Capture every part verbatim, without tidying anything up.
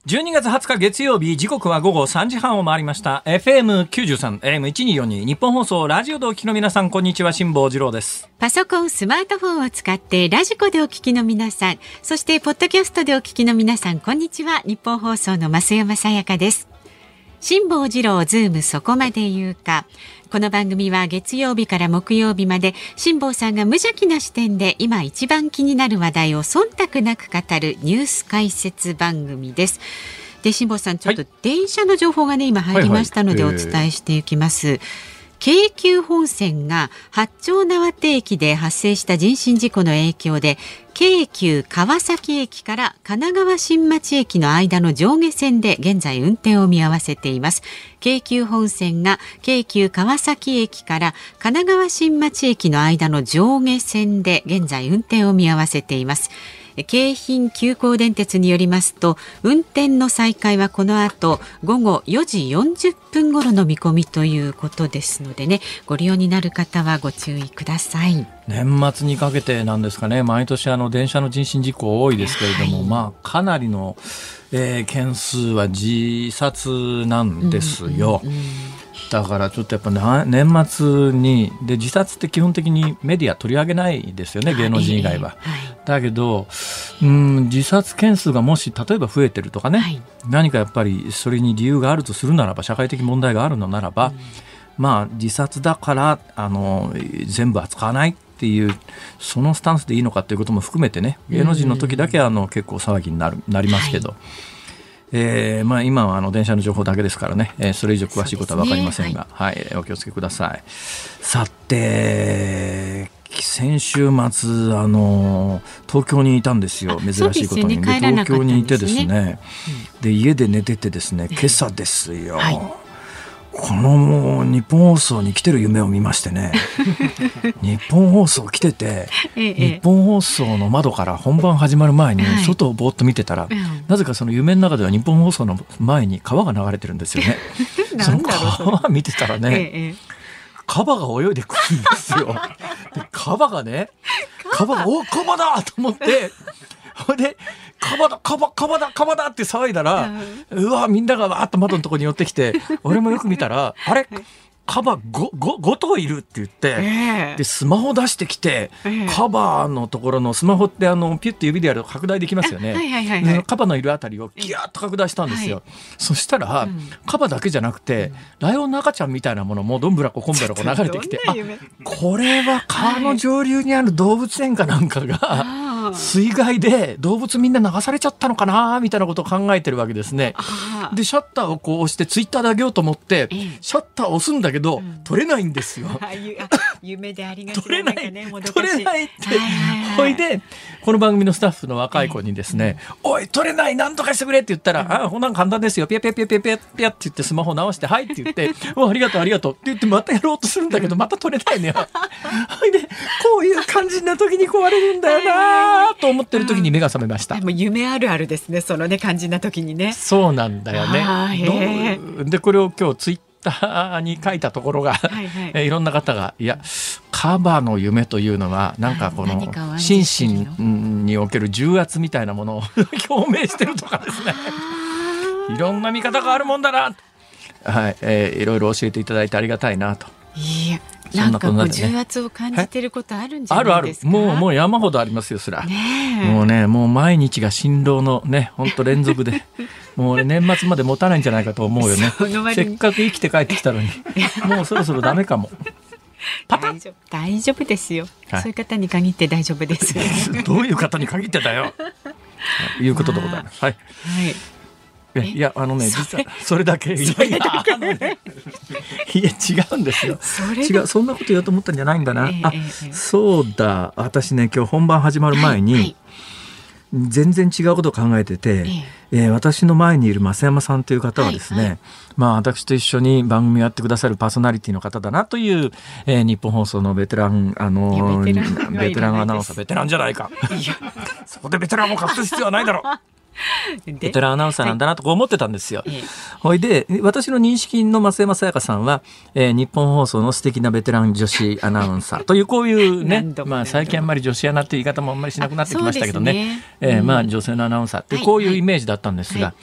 じゅうにがつはつか月曜日、時刻は午後さんじはんを回りました。 エフエムきゅうじゅうさん エーエムせんにひゃくよんじゅうに 日本放送ラジオでお聞きの皆さん、こんにちは。辛坊治郎です。 パソコン、スマートフォンを使ってラジコでお聞きの皆さん、そしてポッドキャストでお聞きの皆さん、こんにちは。日本放送の増山さやかです。辛坊治郎ズームそこまで言うか。この番組は月曜日から木曜日まで辛坊さんが無邪気な視点で今一番気になる話題を忖度なく語るニュース解説番組です。で、辛坊さん、ちょっと電車の情報がね、今入りましたのでお伝えしていきます。はいはい、京急本線が八丁畷駅で発生した人身事故の影響で、京急川崎駅から神奈川新町駅の間の上下線で現在運転を見合わせています。京急本線が京急川崎駅から神奈川新町駅の間の上下線で現在運転を見合わせています。京浜急行電鉄によりますと、運転の再開はこの後午後よじよんじゅっぷん頃の見込みということですのでね、ご利用になる方はご注意ください。 年末にかけてなんですかね、毎年あの電車の人身事故多いですけれども、はい、まあかなりの、えー、件数は自殺なんですよ。うんうんうん、だからちょっとやっぱな年末にで自殺って基本的にメディア取り上げないですよね、芸能人以外は。はいはい、だけど、うん、自殺件数がもし例えば増えてるとかね、はい、何かやっぱりそれに理由があるとするならば、社会的問題があるのならば、うん、まあ自殺だからあの全部扱わないっていうそのスタンスでいいのかということも含めてね、芸能人の時だけあの結構騒ぎになる、なりますけど、はい、えーまあ、今はあの電車の情報だけですからね、えー、それ以上詳しいことは分かりませんが、ね、はいはい、お気をつけください。さて、先週末あの東京にいたのですよ、珍しいことに。で、ね、東京にいてですね、うん、で家で寝ててですね、今朝ですよ、はい、この日本放送に来てる夢を見ましてね日本放送来てて、ええ、日本放送の窓から本番始まる前に外をぼーっと見てたら、はい、なぜかその夢の中では日本放送の前に川が流れてるんですよねその川見てたらね、ええ、カバが泳いでくるんですよ。でカバがね、カバがおカバだと思ってでカバだカバカバだカバだって騒いだら、うん、うわみんながわーっと窓のところに寄ってきて、俺もよく見たらあれカバ ご, ご, ご頭いるって言って、えー、でスマホ出してきて、えー、カバのところのスマホってあのピュッと指でやると拡大できますよね、はいはいはいはい、カバのいるあたりをギューッと拡大したんですよ、はい、そしたら、うん、カバだけじゃなくて、うん、ライオンの赤ちゃんみたいなものもどんぶらここんぶらこ流れてきて、あこれは川の上流にある動物園かなんかが水害で動物みんな流されちゃったのかなみたいなことを考えてるわけですね。でシャッターをこう押してツイッターで上げようと思って、えー、シャッターを押すんだけど、うん、撮れないんですよ。あ夢でありがちな、なんかね、もどかしい。 撮れないってほいでこの番組のスタッフの若い子にですね、えー、おい撮れないなんとかしてくれって言ったら、うん、あほんなん簡単ですよ、ピャピャピャピャピャピャって言ってスマホ直してはいって言っておありがとうありがとうって言ってまたやろうとするんだけどまた撮れないのよほいでこういう感じな時に壊れるんだよなと思ってる時に目が覚めました。 もう夢あるあるですね、そのね感じな時にね。 そうなんだよね。でこれを今日ツイッターに書いたところがはい、はいえー、いろんな方がいやカバの夢というのはなんかこの心身における重圧みたいなものを表明してるとかですねいろんな見方があるもんだな、はいえー、いろいろ教えていただいてありがたいなと。 いやなんかこう重圧を感じてることあるんじゃないですか。 あるある、もうもう山ほどありますよそら、ね、もうねもう毎日が辛労のね本当連続でもう年末まで持たないんじゃないかと思うよねせっかく生きて帰ってきたのにもうそろそろダメかもパタッ大丈夫、 大丈夫ですよ、はい、そういう方に限って大丈夫ですどういう方に限ってだよいうことでございます。はい、はいいやあのね実はそれだけいやいやあのねいや違うんですよ。そ違うそんなこと言おうと思ったんじゃないんだな、えー、あ、えー、そうだ私ね今日本番始まる前に、はいはい、全然違うことを考えてて、えーえー、私の前にいる増山さんという方はですね、はいはい、まあ、私と一緒に番組をやってくださるパーソナリティの方だなという、えー、日本放送のベテラン、あのー、ベテラン、ベテランアナウンサーベテランじゃないかそこでベテランを隠す必要はないだろうベテランアナウンサーなんだなとこう思ってたんですよ。 はい、 ほいで私の認識の増山さやかさんは、えー、日本放送の素敵なベテラン女子アナウンサーというこういうねまあ、最近あんまり女子アナって言い方もあんまりしなくなってきましたけどね、ねえーまあ、女性のアナウンサーってこういうイメージだったんですが、はいはい、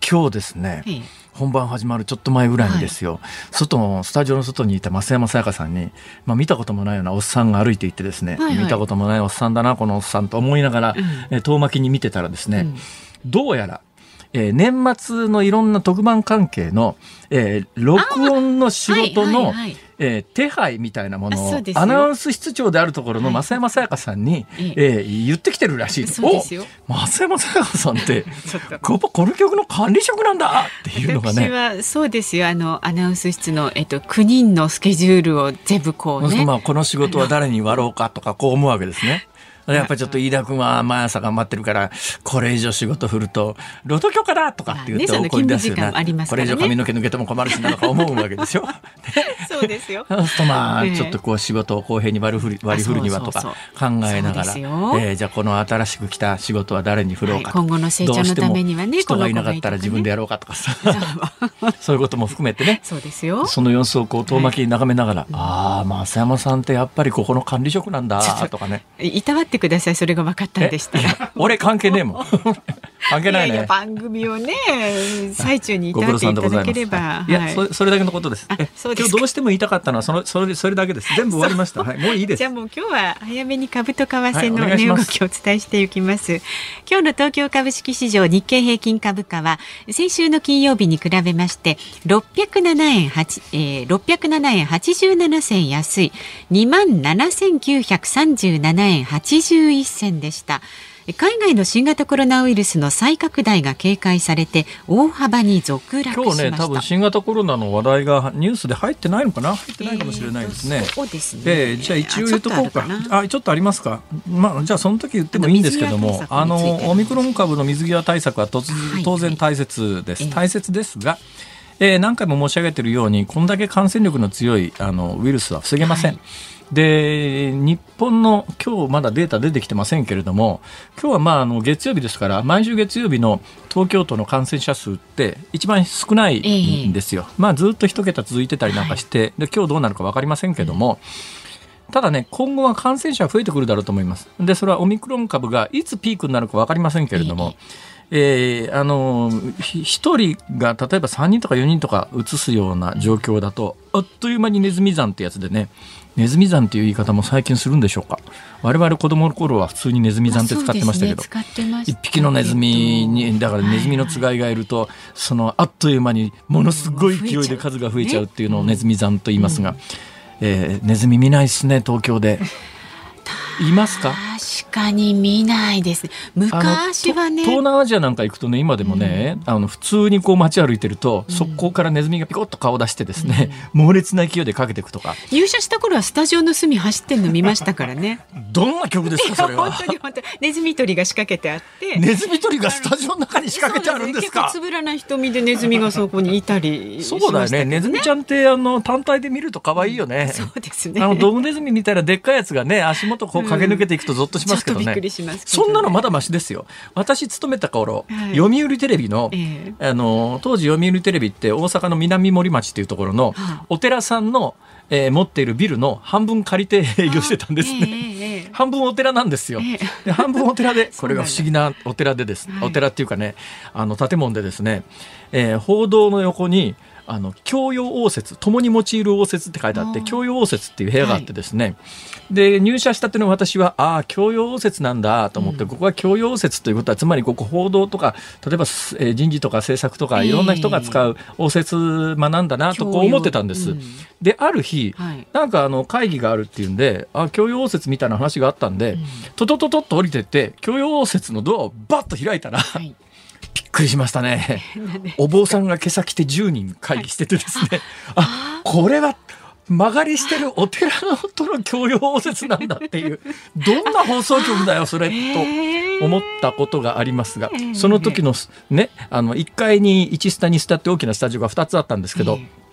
今日ですね、はい、本番始まるちょっと前ぐらいにですよ、はい、外のスタジオの外にいた増山さやかさんに、まあ、見たこともないようなおっさんが歩いていってですね、はいはい、見たこともないおっさんだなこのおっさんと思いながら、うんえー、遠巻きに見てたらですね、うん、どうやらえー、年末のいろんな特番関係の、えー、録音の仕事の、はいはいはいえー、手配みたいなものをアナウンス室長であるところの増山さやかさんに、はいえー、言ってきてるらしい。 そうですよ。 お増山さやかさんってこ, この局の管理職なんだっていうのがね。 私はそうですよ。あのアナウンス室の、えっと、きゅうにんのスケジュールを全部こうね、 まあ、この仕事は誰に割ろうかとかこう思うわけですね。やっぱりちょっと飯田君は毎朝頑張ってるからこれ以上仕事振ると労働許可だとかって言って怒り出すよね。これ以上髪の毛抜けても困るしなとか思うわけですよ。 そうですよ。 そうするとまあちょっとこう仕事を公平に割り振り、割り振るにはとか考えながら、えー、じゃあこの新しく来た仕事は誰に振ろうかと、 はい、今後の成長のためにはね、 人がいなかったら自分でやろうかとかさそういうことも含めてね、 そうですよ。 その様子をこう遠巻きに眺めながら、はい、ああ増山さんってやっぱりここの管理職なんだとかね。 いたわってください。それが分かったんでしたら。 俺関係ねえもん関係ないね。いやいや番組をね最中にいたわっていただければ、 いや、はい、そ, それだけのことです。えそうです。今日どうしても言いたかったのはそのそれそれだけです。全部終わりました。はい、もういいです。 じゃあもう今日は早めに株と為替の値動きをお伝えしていきます。はい、今日の東京株式市場日経平均株価は先週の金曜日に比べましてろっぴゃくななえんはち、えー、ろっぴゃくななえんはちじゅうななせん安い にまんななせんきゅうひゃくさんじゅうななえんはちじゅういっせんでした。海外の新型コロナウイルスの再拡大が警戒されて大幅に続落しました。 今日ね多分新型コロナの話題がニュースで入ってないのかな、入ってないかもしれないですね。 えー、そうですね。 えー、じゃあ一応言っとこうか。あ、ちょっとありますか。まあじゃあその時言ってもいいんですけども、あのオミクロン株の水際対策は当然大切です、はい、大切ですが、えー、何回も申し上げているようにこんだけ感染力の強いあのウイルスは防げません。はい、で日本の今日まだデータ出てきてませんけれども、今日はまああの月曜日ですから毎週月曜日の東京都の感染者数って一番少ないんですよ。えー、まあずっと一桁続いてたりなんかして、はい、で今日どうなるか分かりませんけども、うん、ただね今後は感染者が増えてくるだろうと思います。でそれはオミクロン株がいつピークになるか分かりませんけれども、えーえー、あのひとりが例えばさんにんとかよにんとか移すような状況だとあっという間にネズミ山ってやつでね、ネズミ山っていう言い方も最近するんでしょうか。我々子供の頃は普通にネズミ山って使ってましたけど、一匹のネズミにだからネズミのつがいがいると、はいはい、そのあっという間にものすごい勢いで数が増えちゃうっていうのをネズミ山と言いますが、うんえー、ネズミ見ないですね東京で。いますか。 確かに見ないですね。昔はね東南アジアなんか行くとね今でもね、うん、あの普通にこう街歩いてると、うん、速攻からネズミがピコッと顔を出してですね、うん、猛烈な勢いでかけていくとか。 入社した頃はスタジオの隅走ってんの見ましたからね。 どんな曲ですかそれは。 本当に本当にネズミ捕りが仕掛けてあってネズミ捕りがスタジオの中に仕掛けてあるんですか。 結構つぶらな瞳でネズミがそこにいたりしましたけどね。 そうだよね。ネズミちゃんってあの単体で見ると可愛いよね。 そうですね。 あのドブネズミみたいなでっかいやつがね足元こう駆け抜けていくとゾッとしますけどね。 うんしますけどね、 そんなのまだマシですよ。私勤めた頃、はい、読売テレビの、えー、あの当時読売テレビって大阪の南森町っていうところの、はあ、お寺さんの、えー、持っているビルの半分借りて営業してたんですね。えーえー、半分お寺なんですよ。えー、で半分お寺でこれが不思議なお寺でです、お寺っていうかねあの建物でですね、えー、報道の横にあの共用応接、共に用いる応接って書いてあって共用応接っていう部屋があってですね、はい、で入社したての私はああ共用応接なんだと思って、うん、ここは共用応接ということはつまりここ報道とか例えば、えー、人事とか政策とかいろんな人が使う応接間なんだなとこう思ってたんです、うん、である日、はい、なんかあの会議があるっていうんであ共用応接みたいな話があったんで、うん、トトトトッと降りてって共用応接のドアをバッと開いたら、はい、びっくりしましたね。お坊さんが今朝来てじゅうにん会議しててですね、はい、あこれは曲がりしてるお寺のとの共用応接なんだっていうどんな放送局だよそれと思ったことがありますが、その時のねあのいっかいにいちスタにスタって大きなスタジオがふたつあったんですけど、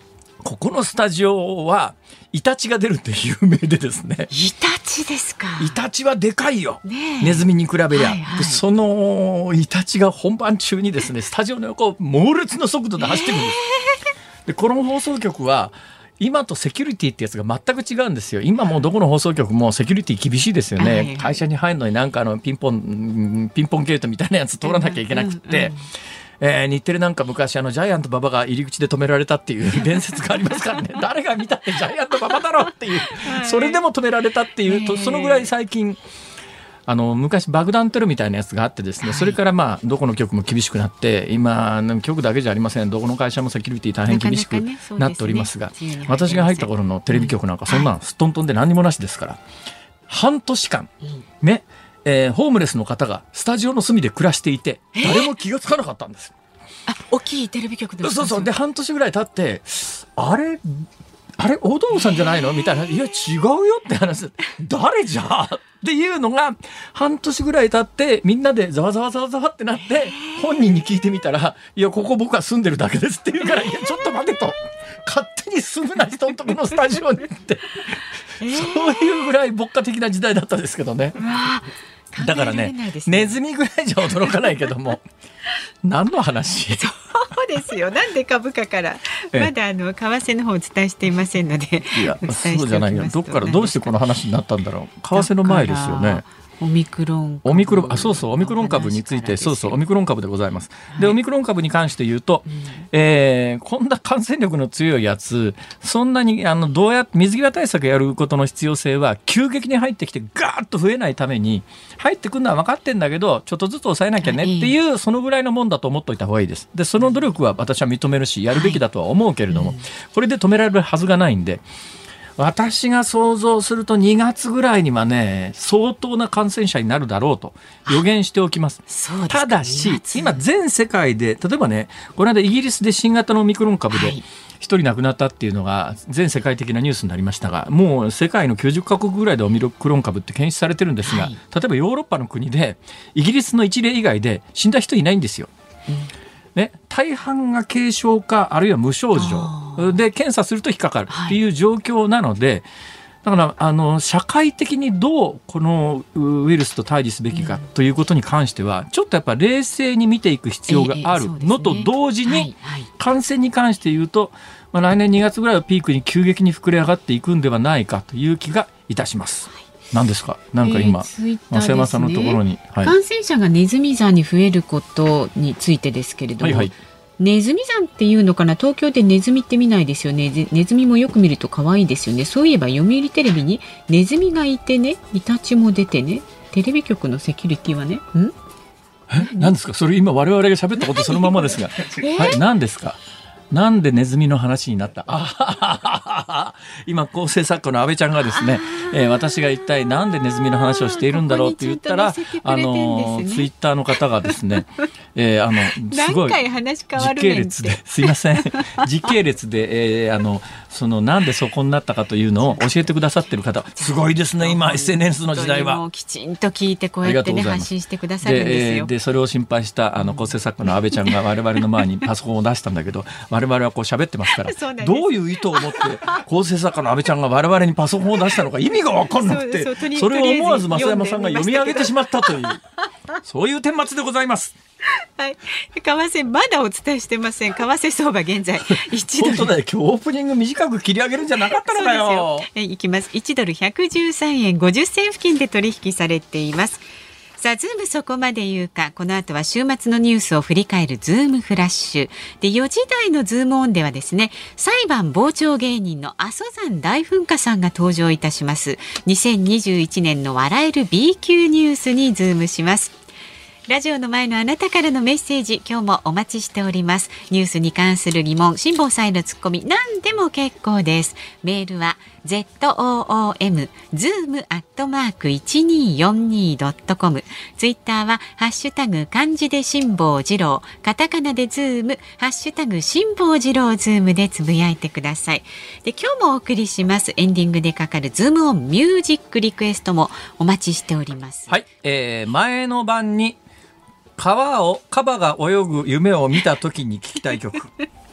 ここのスタジオはイタチが出るって有名でですね。 イタチですか。 イタチはでかいよ、 ね、 ネズミに比べりゃ、はいはい、 そのイタチが本番中にですねスタジオの横を猛烈な速度で走ってくるんです、えー、でこの放送局は今とセキュリティってやつが全く違うんですよ。今もうどこの放送局もセキュリティ厳しいですよね、はいはい、会社に入るのになんかあのピンポンピンポンゲートみたいなやつ通らなきゃいけなくって、うんうんうん、えー、日テレなんか昔あのジャイアント馬場が入り口で止められたっていう伝説がありますからね誰が見たってジャイアント馬場だろっていう、はい、それでも止められたっていうと、そのぐらい最近あの昔爆弾テロみたいなやつがあってですね、はい、それからまあどこの局も厳しくなって、今局だけじゃありません、どこの会社もセキュリティ大変厳しくなっておりますが、私が入った頃のテレビ局なんかそんなすっとんとんで何にもなしですから、半年間ね、えー、ホームレスの方がスタジオの隅で暮らしていて誰も気がつかなかったんです。 あ、大きいテレビ局でそうそう。で半年ぐらい経ってあれあれ大道具さんじゃないのみたいな、いや違うよって話、誰じゃっていうのが半年ぐらい経ってみんなでざわざわざわざわってなって本人に聞いてみたら、いやここ僕は住んでるだけですって言うから、いやちょっと待てと、勝手に住むな人のとこのスタジオにって、えー、そういうぐらい牧歌的な時代だったんですけどね。だからね、ネズミぐらいじゃ驚かないけども何の話？ そうですよ。なんで株価からまだあの為替の方をお伝えしていませんので、 いやそうじゃないよ。どっからどうしてこの話になったんだろう。為替の前ですよね。 オミクロン株、 オミクロン、あ、そうそう、オミクロン株について、そうそう、オミクロン株でございます。で、オミクロン株に関して言うと、うん、えー、こんな感染力の強いやつ、そんなにあのどうやって水際対策やることの必要性は急激に入ってきてガーッと増えないために、入ってくるのは分かってんだけど、ちょっとずつ抑えなきゃねっていう、はい、そのぐらいのもんだと思っておいた方がいいです。で、その努力は私は認めるし、やるべきだとは思うけれども、はい、うん、これで止められるはずがないんで。私が想像するとにがつぐらいにはね、相当な感染者になるだろうと予言しておきます。ただし今全世界で、例えばね、この間イギリスで新型のオミクロン株でひとり亡くなったっていうのが全世界的なニュースになりましたが、もう世界のきゅうじゅっかこくぐらいでオミクロン株って検出されてるんですが、例えばヨーロッパの国でイギリスの一例以外で死んだ人いないんですよ、うんね、大半が軽症かあるいは無症状で検査すると引っかかるっていう状況なので、はい、だからあの社会的にどうこのウイルスと対峙すべきかということに関しては、ちょっとやっぱ冷静に見ていく必要があるのと同時に、感染に関して言うと、まあ、来年にがつぐらいをピークに急激に膨れ上がっていくんではないかという気がいたします。何ですか、なんか今、増、えー、山さんのところに、 はい、感染者がネズミ山に増えることについてですけれども、はいはい、ネズミ山っていうのかな、東京でネズミって見ないですよね。ネズミもよく見ると可愛いですよね。そういえば読売テレビにネズミがいてね、イタチも出てね、テレビ局のセキュリティはね、んえ何ですか、それ今我々が喋ったことそのままですが、はい、何ですか、なんでネズミの話になった？あ今構成作家の安倍ちゃんがですね、えー、私が一体なんでネズミの話をしているんだろうって言ったら、あのツイッターの方がですね、えー、あのすごい時系列ですいません時系列で、えー、あのそのなんでそこになったかというのを教えてくださってる方、すごいですね今 エスエヌエス の時代は。 もうきちんと聞いてこうやって、ね、発信してくださるんですよ。 で、でそれを心配したあの構成作家の安倍ちゃんが我々の前にパソコンを出したんだけど、我々はこう喋ってますからどういう意図を持って構成作家の安倍ちゃんが我々にパソコンを出したのか意味が分かんなくて、そ, そ, それを思わず増山さんが読み上げてしまったというそういう顛末でございます。 はい、為替まだお伝えしてません。為替相場現在いちドル本当だよ、今日オープニング短く切り上げるんじゃなかったのかよ。 そうですよ。えいきます。いちドルひゃくじゅうさんえんごじゅっせん付近で取引されています。さあズームそこまで言うか、この後は週末のニュースを振り返るズームフラッシュで、よじ台のズームオンではですね、裁判傍聴芸人の阿蘇山大噴火さんが登場いたします。にせんにじゅういちねんの笑える B 級ニュースにズームします。ラジオの前のあなたからのメッセージ、今日もお待ちしております。ニュースに関する疑問、辛坊さんへのツッコミ、何でも結構です。メールは ズーム ズーム アットマーク いちにーよんにー ドットコム、ツイッターはハッシュタグ漢字で辛坊治郎、カタカナでズーム、ハッシュタグ辛坊治郎ズームでつぶやいてください。で、今日もお送りしますエンディングでかかるズームオンミュージックリクエストもお待ちしております。 はい、えー、前の晩に川をカバが泳ぐ夢を見た時に聞きたい曲シ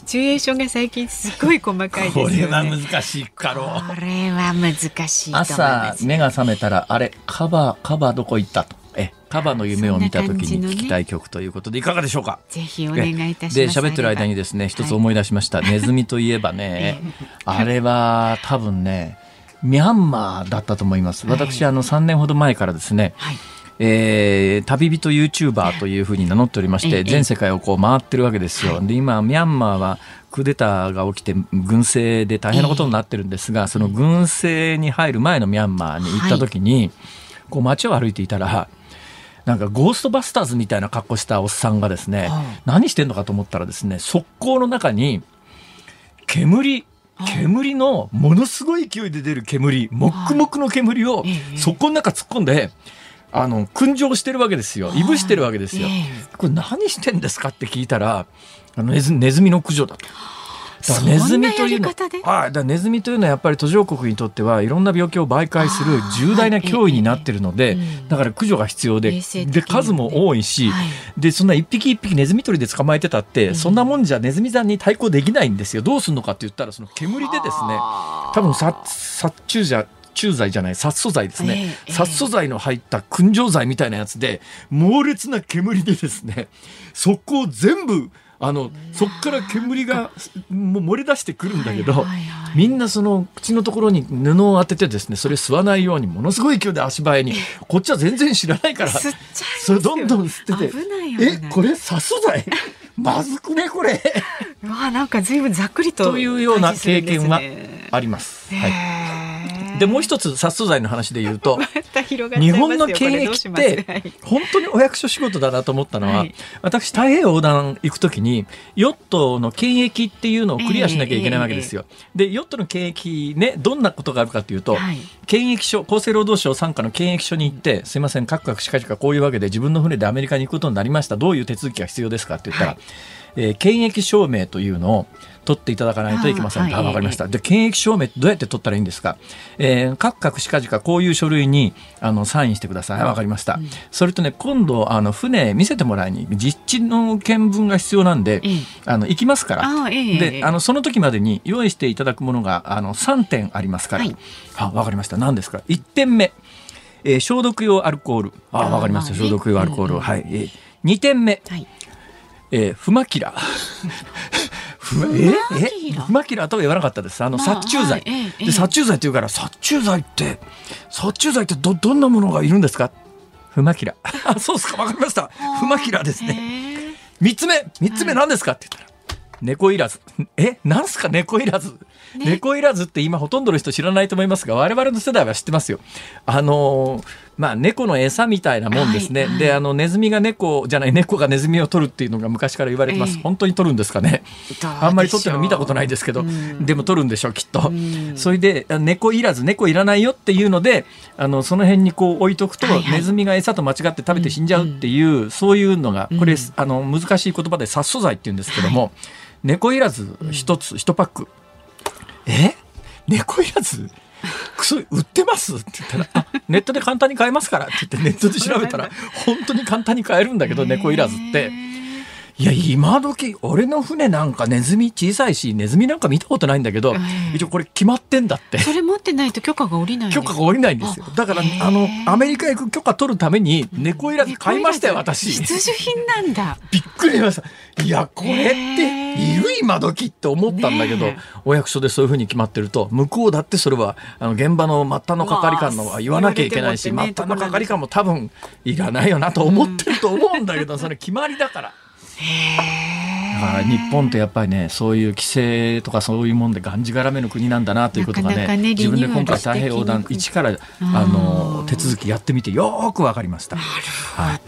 チュエーションが最近すごい細かいですよね。 これは難しいかろう。 これは難しいと思います。 朝目が覚めたらあれカバカバどこ行ったと、えカバの夢を見た時に聞きたい曲ということでいかがでしょうか。 ぜひお願いいたします。 で喋ってる間にですね一つ思い出しました、はい、ネズミといえばねあれは多分ねミャンマーだったと思います。私、はい、あのさんねんほど前からですね、はいえー、旅人 YouTuber というふうに名乗っておりまして全世界をこう回ってるわけですよ。で今ミャンマーはクーデターが起きて軍政で大変なことになってるんですが、その軍政に入る前のミャンマーに行った時にこう街を歩いていたらなんかゴーストバスターズみたいな格好したおっさんがですね何してんのかと思ったらですね側溝の中に煙煙のものすごい勢いで出る煙もっくもくの煙を側溝の中突っ込んであの燻蒸してるわけですよ。いぶしてるわけですよ。これ何してんですかって聞いたらあのネズ、ネズミの駆除だと。だからネズミというのは、はい、だからネズミというのはやっぱり途上国にとってはいろんな病気を媒介する重大な脅威になっているので、だから駆除が必要で、で数も多いし、はい、でそんな一匹一匹ネズミ捕りで捕まえてたって、うん、そんなもんじゃネズミさんに対抗できないんですよ。どうするのかって言ったらその煙でですね多分殺虫剤虫剤じゃない殺素剤ですね、えー、殺素剤の入った燻蒸剤みたいなやつで猛烈な煙でですねそこを全部あのそこから煙がもう漏れ出してくるんだけど、はいはいはい、みんなその口のところに布を当ててですねそれ吸わないようにものすごい勢いで足早にこっちは全然知らないから吸っちゃいますよ。 それどんどん吸ってて危ない危ないえこれ殺素剤まずくねこれうわなんか随分ざっくりとというような経験はあります、はい、でもう一つ殺素剤の話で言うとま日本の検疫って本当にお役所仕事だなと思ったのは、はい、私太平洋横断行くときにヨットの検疫っていうのをクリアしなきゃいけないわけですよ、えーえー、でヨットの検疫ねどんなことがあるかというと、はい、検疫所厚生労働省傘下の検疫所に行ってすいませんカクカクしかじかこういうわけで自分の船でアメリカに行くことになりましたどういう手続きが必要ですかって言ったら、はいえー、検疫証明というのを取っていただかないといけません。あ、はい、分かりました。で検疫証明どうやって取ったらいいんですか。えー、カクカクしかじかこういう書類にあのサインしてください。分かりました、うん、それとね今度あの船見せてもらいに実地の見分が必要なんで、うん、あの行きますからあ、えー、であのその時までに用意していただくものがあのさんてんありますから、はい、あ分かりました。何ですか。いってんめ、えー、消毒用アルコールあ分かりました。消毒用アルコール、うん、はい、えー、にてんめ、はいえー、フマキラフマキラとは言わなかったです。あの、まあ、殺虫剤、はいええ、で殺虫剤って言うから殺虫剤って殺虫剤って ど, どんなものがいるんですか。フマキラそうですか分かりました。フマキラですね。みっつめみっつめ何ですかって言ったら、はい、猫いらず。えなんすか猫いらず、ね、猫いらずって今ほとんどの人知らないと思いますが我々の世代は知ってますよ。あのーまあ、猫の餌みたいなもんですね、はいはい、であのネズミが猫じゃない猫がネズミを取るっていうのが昔から言われてます、えー、本当に取るんですかね。あんまり取ってるの見たことないですけど、うん、でも取るんでしょうきっと、うん、それで猫いらず猫いらないよっていうのであのその辺にこう置いとくと、はいはい、ネズミが餌と間違って食べて死んじゃうっていう、うん、そういうのがこれ、うん、あの難しい言葉で殺素剤っていうんですけども、はい、猫いらず一つ一パック、え猫いらず薬売ってますって言ったらネットで簡単に買えますからって言ってネットで調べたら本当に簡単に買えるんだけど猫いらずっていや今時俺の船なんかネズミ小さいしネズミなんか見たことないんだけど一応これ決まってんだって。それ持ってないと許可が下りないんです。 許可が下りないんですよ。だからあのアメリカ行く許可取るために猫いらず買いましたよ私。 必需品なんだ。 びっくりしました。いやこれっている今時って思ったんだけど、お役所でそういうふうに決まってると向こうだってそれはあの現場の末端の係官のは言わなきゃいけないし、末端の係官も多分いらないよなと思ってると思うんだけど、それ決まりだから。だから日本ってやっぱりねそういう規制とかそういうもんでがんじがらめの国なんだなということが ね, なかなかね自分で今回太平洋横断一からあの手続きやってみてよく分かりました。なるほど、はい、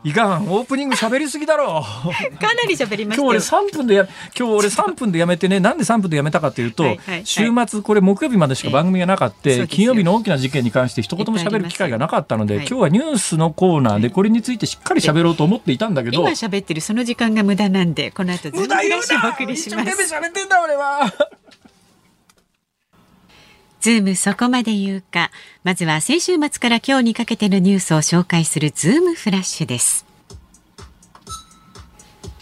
いかんオープニング喋りすぎだろうかなり喋りましたよ。 今日俺さんぷんでや今日俺さんぷんでやめてねなんでさんぷんでやめたかというと、はいはいはい、週末これ木曜日までしか番組がなかった、えー、金曜日の大きな事件に関して一言も喋る機会がなかったので、はい、今日はニュースのコーナーでこれについてしっかり喋ろうと思っていたんだけど、 今喋ってるその時間が無駄なんでこの後ずっとフラッシュお送りします。無駄よな一生懸命喋ってんだ俺はズームそこまで言うか。まずは先週末から今日にかけてのニュースを紹介するズームフラッシュです。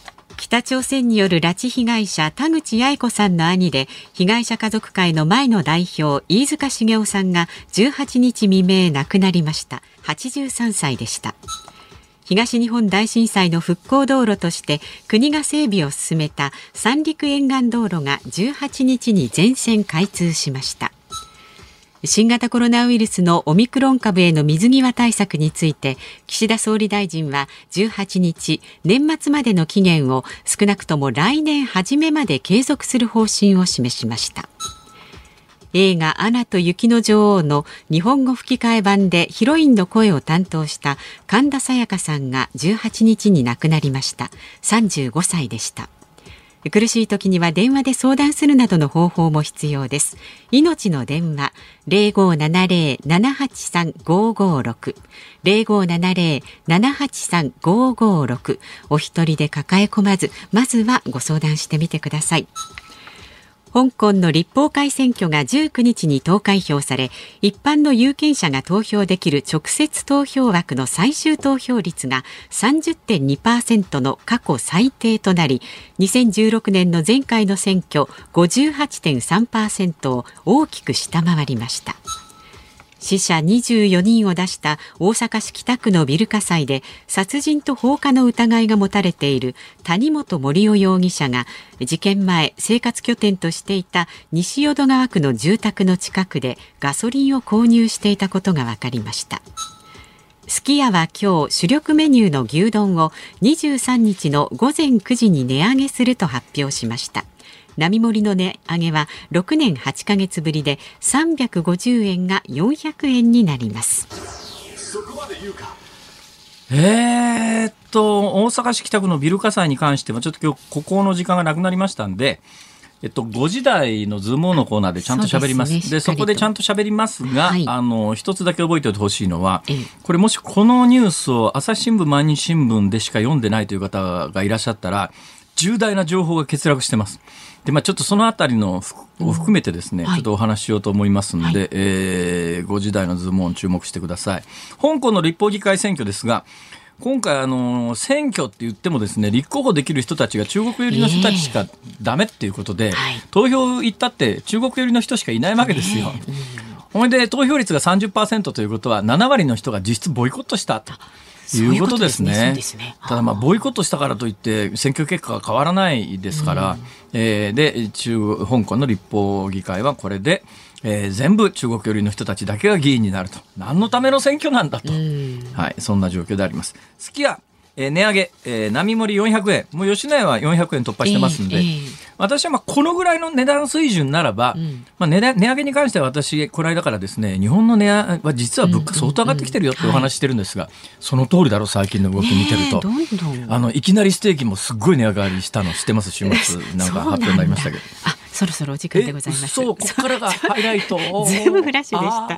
北朝鮮による拉致被害者田口八重子さんの兄で被害者家族会の前の代表飯塚繁雄さんがじゅうはちにち未明亡くなりました。はちじゅうさんさいでした。東日本大震災の復興道路として国が整備を進めた三陸沿岸道路がじゅうはちにちに全線開通しました。新型コロナウイルスのオミクロン株への水際対策について岸田総理大臣はじゅうはちにち年末までの期限を少なくとも来年初めまで継続する方針を示しました。映画アナと雪の女王の日本語吹き替え版でヒロインの声を担当した神田沙也加さんがじゅうはちにちに亡くなりました。さんじゅうごさいでした。苦しい時には電話で相談するなどの方法も必要です。命の電話 ゼロごーななゼロ ななはちさん ごーごーろく ゼロごーななゼロ ななはちさん ごーごーろく お一人で抱え込まず、まずはご相談してみてください。香港の立法会選挙がじゅうくにちに投開票され、一般の有権者が投票できる直接投票枠の最終投票率が さんじゅってんにパーセント の過去最低となり、にせんじゅうろくねんの前回の選挙 ごじゅうはちてんさんパーセント を大きく下回りました。死者にじゅうよにんを出した大阪市北区のビル火災で殺人と放火の疑いが持たれている谷本盛雄容疑者が事件前生活拠点としていた西淀川区の住宅の近くでガソリンを購入していたことが分かりました。すき家は今日主力メニューの牛丼をにじゅうさんにちのごぜんくじに値上げすると発表しました。並盛の値上げはろくねんはちかげつぶりでさんびゃくごじゅうえんがよんひゃくえんになります。 そこまで言うか。えーっと大阪市北区のビル火災に関してはちょっと今日ここの時間がなくなりましたんで、えっと、ごじ台のズームオンのコーナーでちゃんと喋ります。 そうですね、でそこでちゃんと喋りますが、はい、あの一つだけ覚えておいてほしいのは、これもしこのニュースを朝日新聞毎日新聞でしか読んでないという方がいらっしゃったら重大な情報が欠落してます。で、まあ、ちょっとそのあたりのを含めてですね、うん、ちょっとお話ししようと思いますので、はい、えー、ごじ台のズームオン注目してください。香港の立法議会選挙ですが、今回あの選挙って言ってもですね、立候補できる人たちが中国寄りの人たちしかダメっていうことで、えーはい、投票行ったって中国寄りの人しかいないわけですよ。えーうん、ほいで投票率が さんじゅっパーセント ということはななわりの人が実質ボイコットしたということですね。ただまあボイコットしたからといって選挙結果が変わらないですから、うん、えー、で中香港の立法議会はこれで、えー、全部中国寄りの人たちだけが議員になると、何のための選挙なんだと、うん、はい、そんな状況であります。すき家、えー、値上げ、えー、並盛よんひゃくえん、もう吉野家はよんひゃくえん突破してますんで、えーえー、私はまあこのぐらいの値段水準ならば、うん、まあ、値, 値上げに関しては私この間からですね、日本の値上げは実は物価相当上がってきてるよってお話してるんですが、うんうん、はい、その通りだろう。最近の動き見てると、ね、どんどんあのいきなりステーキもすっごい値上がりしたの知ってます？週末なんか発表になりましたけど、あ、 そろそろお時間でございます。 そう、ここからがハイライト。 ズームフラッシュでした。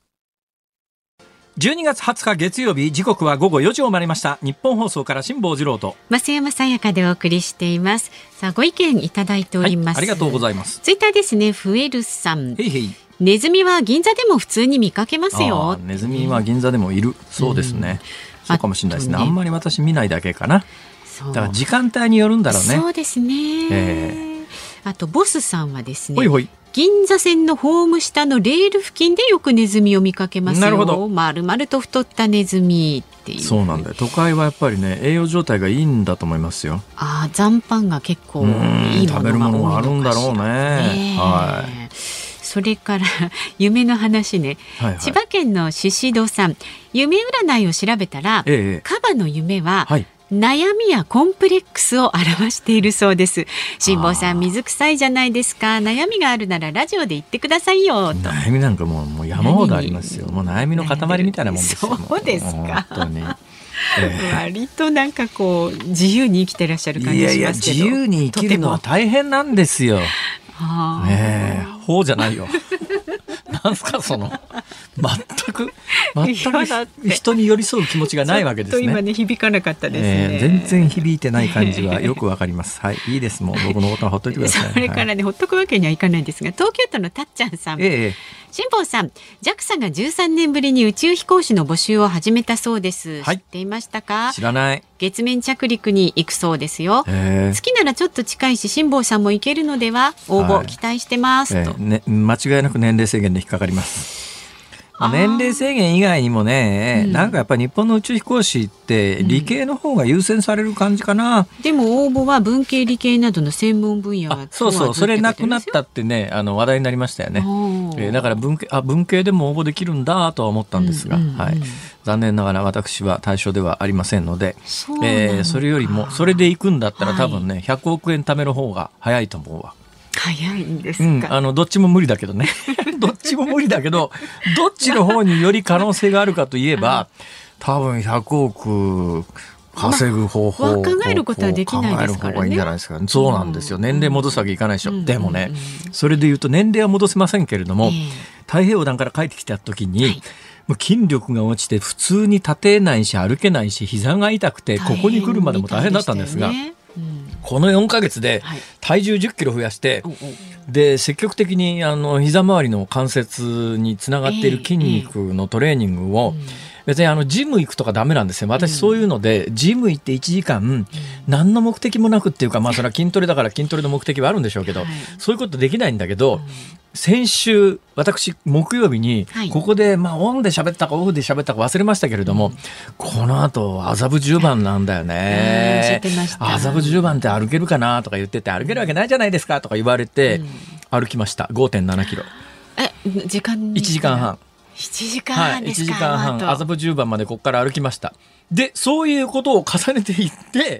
じゅうにがつはつか月曜日、時刻はごごよじを回りました。日本放送から辛坊治郎と増山さやかでお送りしています。さあ、ご意見いただいております、 はい、ありがとうございます。 ツイッターですね、フエルさん、 へいへい、 ネズミは銀座でも普通に見かけますよ。 ネズミは銀座でもいる、そうですね、うん、そうかもしれないですね。あんまり私見ないだけかな。だから時間帯によるんだろうね。 そうですね、えー、あとボスさんはですね、 ほいほい、 銀座線のホーム下のレール付近でよくネズミを見かけますよ。 なるほど、 丸々と太ったネズミっていう。 そうなんだよ、都会はやっぱりね、栄養状態がいいんだと思いますよ。 ああ、残飯が結構いいものが多いのかしら、 食べるものがあるんだろうね、ね、はい。 それから夢の話ね、はいはい、千葉県のししどさん、夢占いを調べたら、ええ、カバの夢は、はい、悩みやコンプレックスを表しているそうです。辛坊さん、水臭いじゃないですか。悩みがあるならラジオで言ってくださいよと。 悩みなんかもう、もう山ほどありますよ。もう悩みの塊みたいなもんですよ。 そうですか。 本当に、 えー、割となんかこう自由に生きてらっしゃる感じしますけど。いやいや、 自由に生きるのは大変なんですよ。はあ、ねえ、ほうじゃないよ。なんすかその全く全く人に寄り添う気持ちがないわけですね。 ちょっと今ね、響かなかったですね、 えー、全然響いてない感じはよくわかります。はい、いいです、もう僕のことはほっといてください。 それからね、はい、ほっとくわけにはいかないんですが、東京都のたっちゃんさん、 ええ、 辛坊さん、 ジャクサ がじゅうさんねんぶりに宇宙飛行士の募集を始めたそうです、はい、知っていましたか？ 知らない。 月面着陸に行くそうですよ。月ならちょっと近いし辛坊さんも行けるのでは、応募期待してます、はい、と、 ね、間違いなく年齢制限で引っかかります。年齢制限以外にもね、うん、なんかやっぱり日本の宇宙飛行士って理系の方が優先される感じかな、 うん、でも応募は文系理系などの専門分野はそうそう、それなくなったってね、あの話題になりましたよね、えー、だから文系、あ、文系でも応募できるんだとは思ったんですが、うんうんうん、はい、残念ながら私は対象ではありませんので、 そ, えー、それよりもそれで行くんだったら多分ね、はい、ひゃくおくえん貯める方が早いと思うわ。 早いんですか？ うん、あのどっちも無理だけどねどっちも無理だけどどっちの方により可能性があるかといえば、多分ひゃくおく稼ぐ方法を、 まあ、考えることはできないですからね。考える方がいいんじゃないですか。 そうなんですよ。年齢戻すわけいかないでしょ、うん、でもね、うん、それで言うと年齢は戻せませんけれども、えー、太平洋団から帰ってきた時に、はい、もう筋力が落ちて普通に立てないし歩けないし膝が痛くてここに来るまでも大変だったんですが、このよんかげつで体重じゅっキロ増やして、はい、で積極的にあの膝周りの関節につながっている筋肉のトレーニングを、えーえー、別にあのジム行くとかダメなんですよ。私そういうので、うん、ジム行っていちじかん何の目的もなくっていうか、まあそれは筋トレだから筋トレの目的はあるんでしょうけど、はい、そういうことできないんだけど、うん、先週私木曜日にここで、まあオンで喋ったかオフで喋ったか忘れましたけれども、うん、この後麻布十番なんだよね。麻布十番って歩けるかなとか言ってて、歩けるわけないじゃないですかとか言われて、うん、歩きました。 ごてんななキロ。 え、時間いちじかんはん。 いちじかんはんですか？はい、いちじかんはん麻布十番までここから歩きました。でそういうことを重ねていって、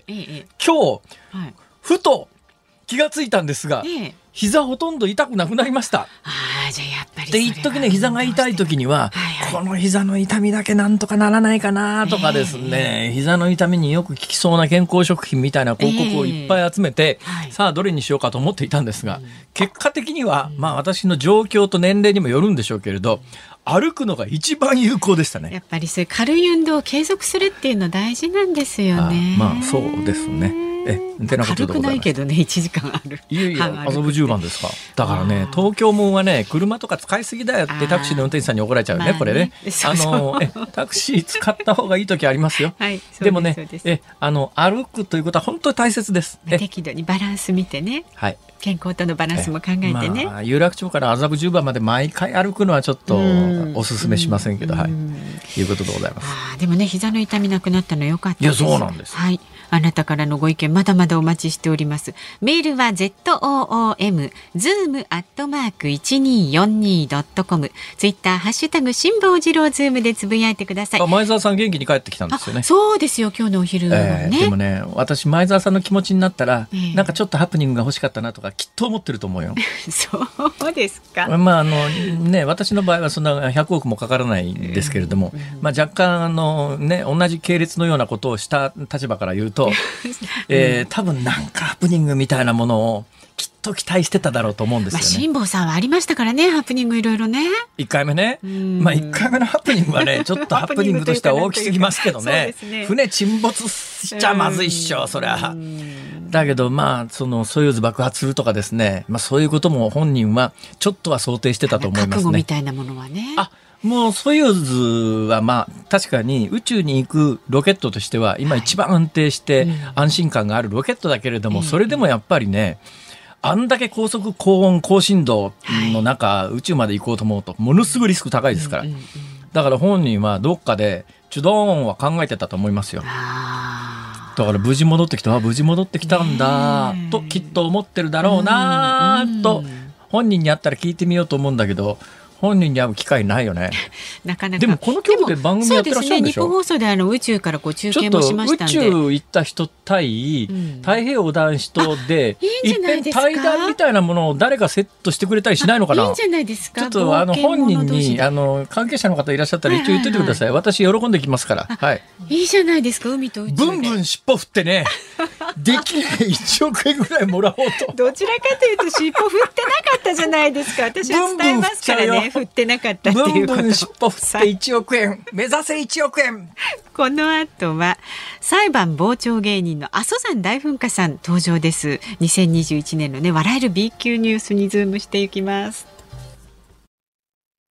ええ、今日、はい、ふと気がついたんですが、ええ、膝ほとんど痛くなくなりました。 あ、じゃあやっぱりで一時ね、膝が痛い時には、はいはい、この膝の痛みだけなんとかならないかなとかですね、えー、膝の痛みによく効きそうな健康食品みたいな広告をいっぱい集めて、えーはい、さあどれにしようかと思っていたんですが、うん、結果的には、まあ私の状況と年齢にもよるんでしょうけれど、歩くのが一番有効でしたね。 やっぱりそういう軽い運動を継続するっていうの大事なんですよね。 ああ、まあそうですね。え、 軽くないけどね、いちじかんある。 いやいや、麻布十番ですか。だからね、東京もんはね、車とか使いすぎだよってタクシーの運転手さんに怒られちゃうね、まあね、これね。あのえタクシー使った方がいい時ありますよ。はい、でもね、えあの歩くということは本当に大切です。 適度にバランス見てね。はい。健康とのバランスも考えてね。 まあ、有楽町から麻布十番まで毎回歩くのはちょっとおすすめしませんけど、はい、いうことでございます。 あ、でもね、膝の痛みなくなったのよかったです。 いや、そうなんです。 はい。あなたからのご意見まだまだお待ちしております。メールは ズーム ズーム アットマーク いちにーよんにー ドットコム、 ツイッターハッシュタグ辛坊治郎ズームでつぶやいてください。 あ、前澤さん元気に帰ってきたんですよね。 そうですよ、今日のお昼のね、 えー、でもね、私前澤さんの気持ちになったら、えー、なんかちょっとハプニングが欲しかったなとかきっと思ってると思うよ。 そうですか。 まああのね、私の場合はそんなひゃくおくもかからないんですけれども、うんうん、まあ、若干あの、ね、同じ系列のようなことをした立場から言うとえー、多分なんかハプニングみたいなものをきっと期待してただろうと思うんですよね。まあ、 辛坊さんはありましたからね、ハプニングいろいろね。 いっかいめね、まあ、いっかいめのハプニングはねちょっとハプニングとしては大きすぎますけどねね、船沈没しちゃまずいっしょ、そりゃ。だけどまあそのソユーズ爆発するとかですね、まあ、そういうことも本人はちょっとは想定してたと思いますね。 覚悟みたいなものはね。 あ、もうソユーズはまあ確かに宇宙に行くロケットとしては今一番安定して安心感があるロケットだけれども、それでもやっぱりね、あんだけ高速高温高振動の中宇宙まで行こうと思うとものすごいリスク高いですから、だから本人はどっかでチュドーンは考えてたと思いますよ。だから無事戻ってきた、無事戻ってきたんだときっと思ってるだろうなと本人に会ったら聞いてみようと思うんだけど、本人に会う機会ないよね。 なかなか。 でもこの曲で番組やってらっしゃるんでしょ。 そうですね、日本放送であの宇宙からこう中継もしましたんで、 ちょっと宇宙行った人対、うん、太平洋横断人でいっぺん対談みたいなものを誰かセットしてくれたりしないのかな。 いいんじゃないですか。 ちょっとあの本人にあの関係者の方いらっしゃったら一応言っててください、はいはいはい、私喜んできますから、はい、 いいじゃないですか。海と宇宙でブンブン尻尾振ってねできないいちおくえんぐらいもらおうと。 どちらかというと尻尾振ってなかったじゃないですか。私は伝えますからね、振ってなかったっていうこと。 ブンブン尻尾振っていちおくえん目指せいちおくえん。 この後は裁判傍聴芸人の阿蘇山大噴火さん登場です。にせんにじゅういちねんのね、笑える B 級ニュースにズームしていきます。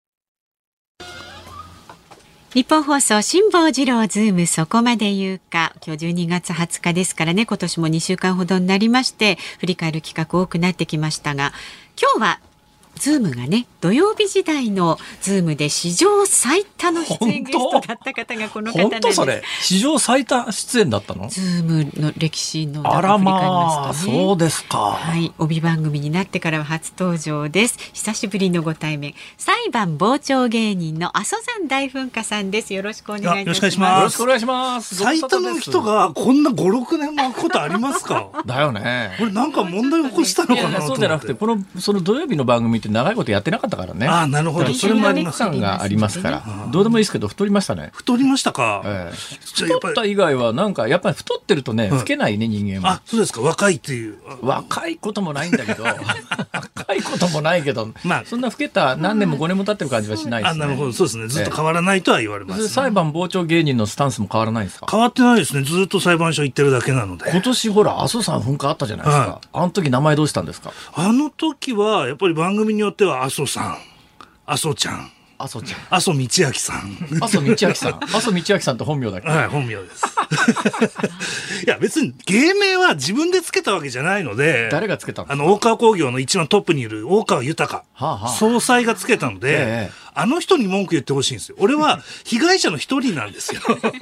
日本放送辛坊治郎ズームそこまで言うか。今日じゅうにがつはつかですからね、今年もにしゅうかんほどになりまして振り返る企画多くなってきましたが、今日はズームがね、土曜日時代のズームで史上最多の出演ゲストだった方がこの方なんです。 本当それ史上最多出演だったの？ ズームの歴史の中あらまあ、 振り返りますとね、 そうですか。 はい、帯番組になってからは初登場です。久しぶりのご対面、裁判傍聴芸人の阿蘇山大噴火さんです。よろしくお願いいたします。 よろしくお願いします。 最多の人がこんなご、ろくねんも空くことありますか？ だよね。 これなんか問題起こしたのかなと思って。いやそうじゃなくて、このその土曜日の番組って長いことやってなかったからね。 ああ、なるほど。 それもありますがありますから、どうでもいいですけど太りましたね。 太りましたか。 ええ、太った以外はなんかやっぱり太ってるとね、老けないね、人間は。 あ、そうですか。若いっていう。 若いこともないんだけど若いこともないけど、まあ、そんな老けた何年もごねんも経ってる感じはしないですね。 あ、なるほど。そうですね。ずっと変わらないとは言われます、ね。ええ、 裁判傍聴芸人のスタンスも変わらないですか？ 変わってないですね。ずっと裁判所行ってるだけなので。 今年ほら阿蘇山噴火あったじゃないですか、はい、あの時名前どうしたんですか？ あの時はやっぱり番組によっては阿蘇さん、阿蘇ちゃん、 阿蘇ちゃん、 阿蘇道明さん、 阿蘇道明さん、阿蘇道明さんって本名だっけ？ はい、本名です。いや別に芸名は自分でつけたわけじゃないので。 誰がつけたの？ あの大川工業の一番トップにいる大川豊、はあはあ、総裁がつけたので、ええ、あの人に文句言ってほしいんですよ。俺は被害者の一人なんですよ。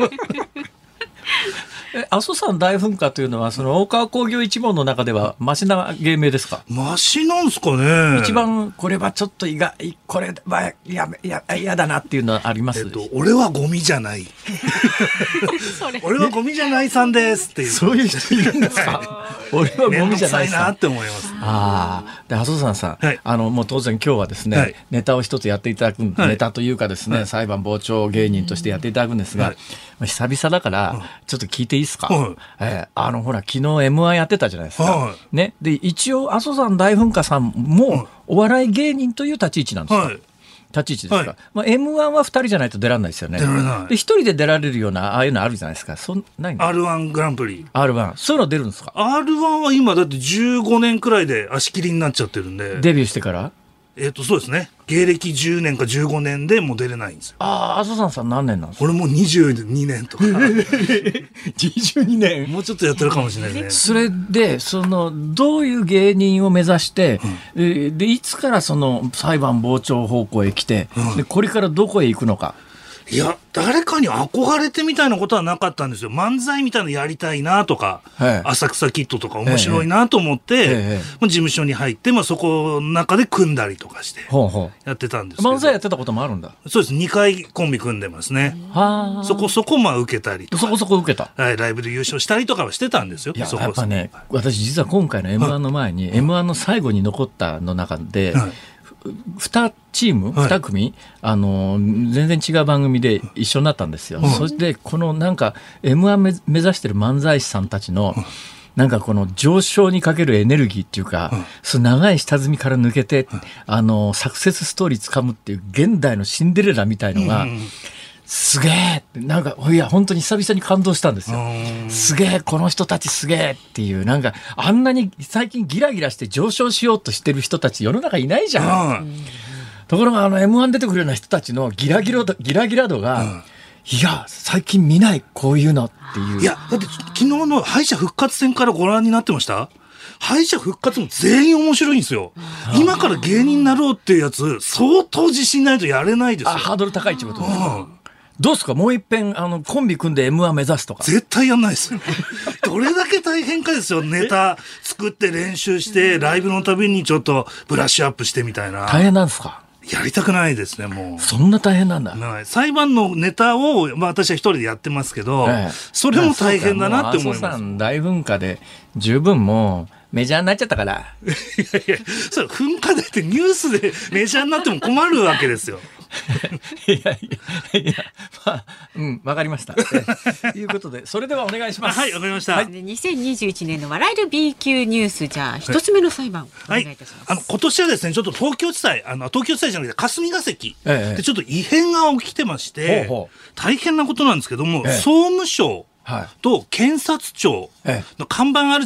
え、阿蘇山大噴火というのはその大川工業一門の中ではマシな芸名ですか？ マシなんですかね。 一番これはちょっと意外、これはやややだなっていうのはあります？ えっと、俺はゴミじゃない俺はゴミじゃないさんですっていう。 そういう人いるんですか？俺はゴミじゃないさん。 なって思います。 ああ、で阿蘇山さん、はい、あのもう当然今日はですね、はい、ネタを一つやっていただく、はい、ネタというかですね、はい、裁判傍聴芸人としてやっていただくんですが、はい、まあ、久々だからちょっと聞いていいですか？はい、えー、あのほら昨日 エムワン やってたじゃないですか、はい、ね、で一応阿蘇山大噴火さんもお笑い芸人という立ち位置なんですか？はい、立ち位置ですか？はい、まあ、エムワン はふたりじゃないと出られないですよね。出られない。でひとりで出られるようなああいうのあるじゃないですか。そんないアールワン グランプリアールワン そういうの出るんですか？ アールワン は今だってじゅうごねんくらいで足切りになっちゃってるんで。 デビューしてからえっとそうですね、芸歴じゅうねんかじゅうごねんでもう出れないんですよ。 ああ、阿蘇山さん何年なんですか？ 俺もうにじゅうにねんとかにじゅうにねんもうちょっとやってるかもしれないですね。 それでそのどういう芸人を目指して、うん、でいつからその裁判傍聴方向へ来て、うん、でこれからどこへ行くのか。 いや誰かに憧れてみたいなことはなかったんですよ。漫才みたいなのやりたいなとか、はい、浅草キッドとか面白いなと思って、ええええ、事務所に入って、まあ、そこの中で組んだりとかしてやってたんですけど。 漫才やってたこともあるんだ。 そうです、にかいコンビ組んでますね。はそこそこまあ受けたりとか、 そこそこ受けた、 はい、ライブで優勝したりとかはしてたんですよ。 いやそこやっぱね、私実は今回の エムワン の前に、はい、エムワン の最後に残ったの中で、はい、にチーム、はい、に組、あの全然違う番組で一緒になったんですよ、はい、そしてこのなんか エムワン 目指してる漫才師さんたちの、はい、なんかこの上昇にかけるエネルギーっていうか、はい、その長い下積みから抜けて、はい、あのサクセスストーリー掴むっていう現代のシンデレラみたいのが、うん、すげえってなんかいや本当に久々に感動したんですよ。すげえこの人たちすげえっていう、なんかあんなに最近ギラギラして上昇しようとしてる人たち世の中いないじゃん、うん、ところがあの エムワン 出てくるような人たちのギラギラ度、ギラギラ度が、うん、いや最近見ないこういうのっていう。 いやだって昨日の敗者復活戦からご覧になってました？敗者復活も全員面白いんですよ。今から芸人になろうっていうやつ相当自信ないとやれないですよ。 あ、ハードル高いってことですか？うん、どうですか、もう一遍あのコンビ組んで エムワン 目指すとか。 絶対やんないですよ。どれだけ大変かですよ。ネタ作って練習してライブのたびにちょっとブラッシュアップしてみたいな。 大変なんですか？ やりたくないですね。もうそんな大変なんだ。 裁判のネタを、まあ、私は一人でやってますけど、ええ、それも大変だなって思います。 阿蘇山大噴火で十分もうメジャーになっちゃったから。 いやいや、それ噴火でってニュースでメジャーになっても困るわけですよ。 いやいやいや、まあ、うん、わかりました。ということで、それではお願いします。 はい、わかりました。はい、 にせんにじゅういちねんの笑える B 級ニュース、じゃあ一つ目の裁判、はい、お願いいたします。 はい、あの今年はですね、ちょっと東京地裁、あの東京地裁じゃなくて霞が関、ええ、でちょっと異変が起きてまして、ほうほう、大変なことなんですけども、ええ、総務省と検察庁の看板あるじゃないですか。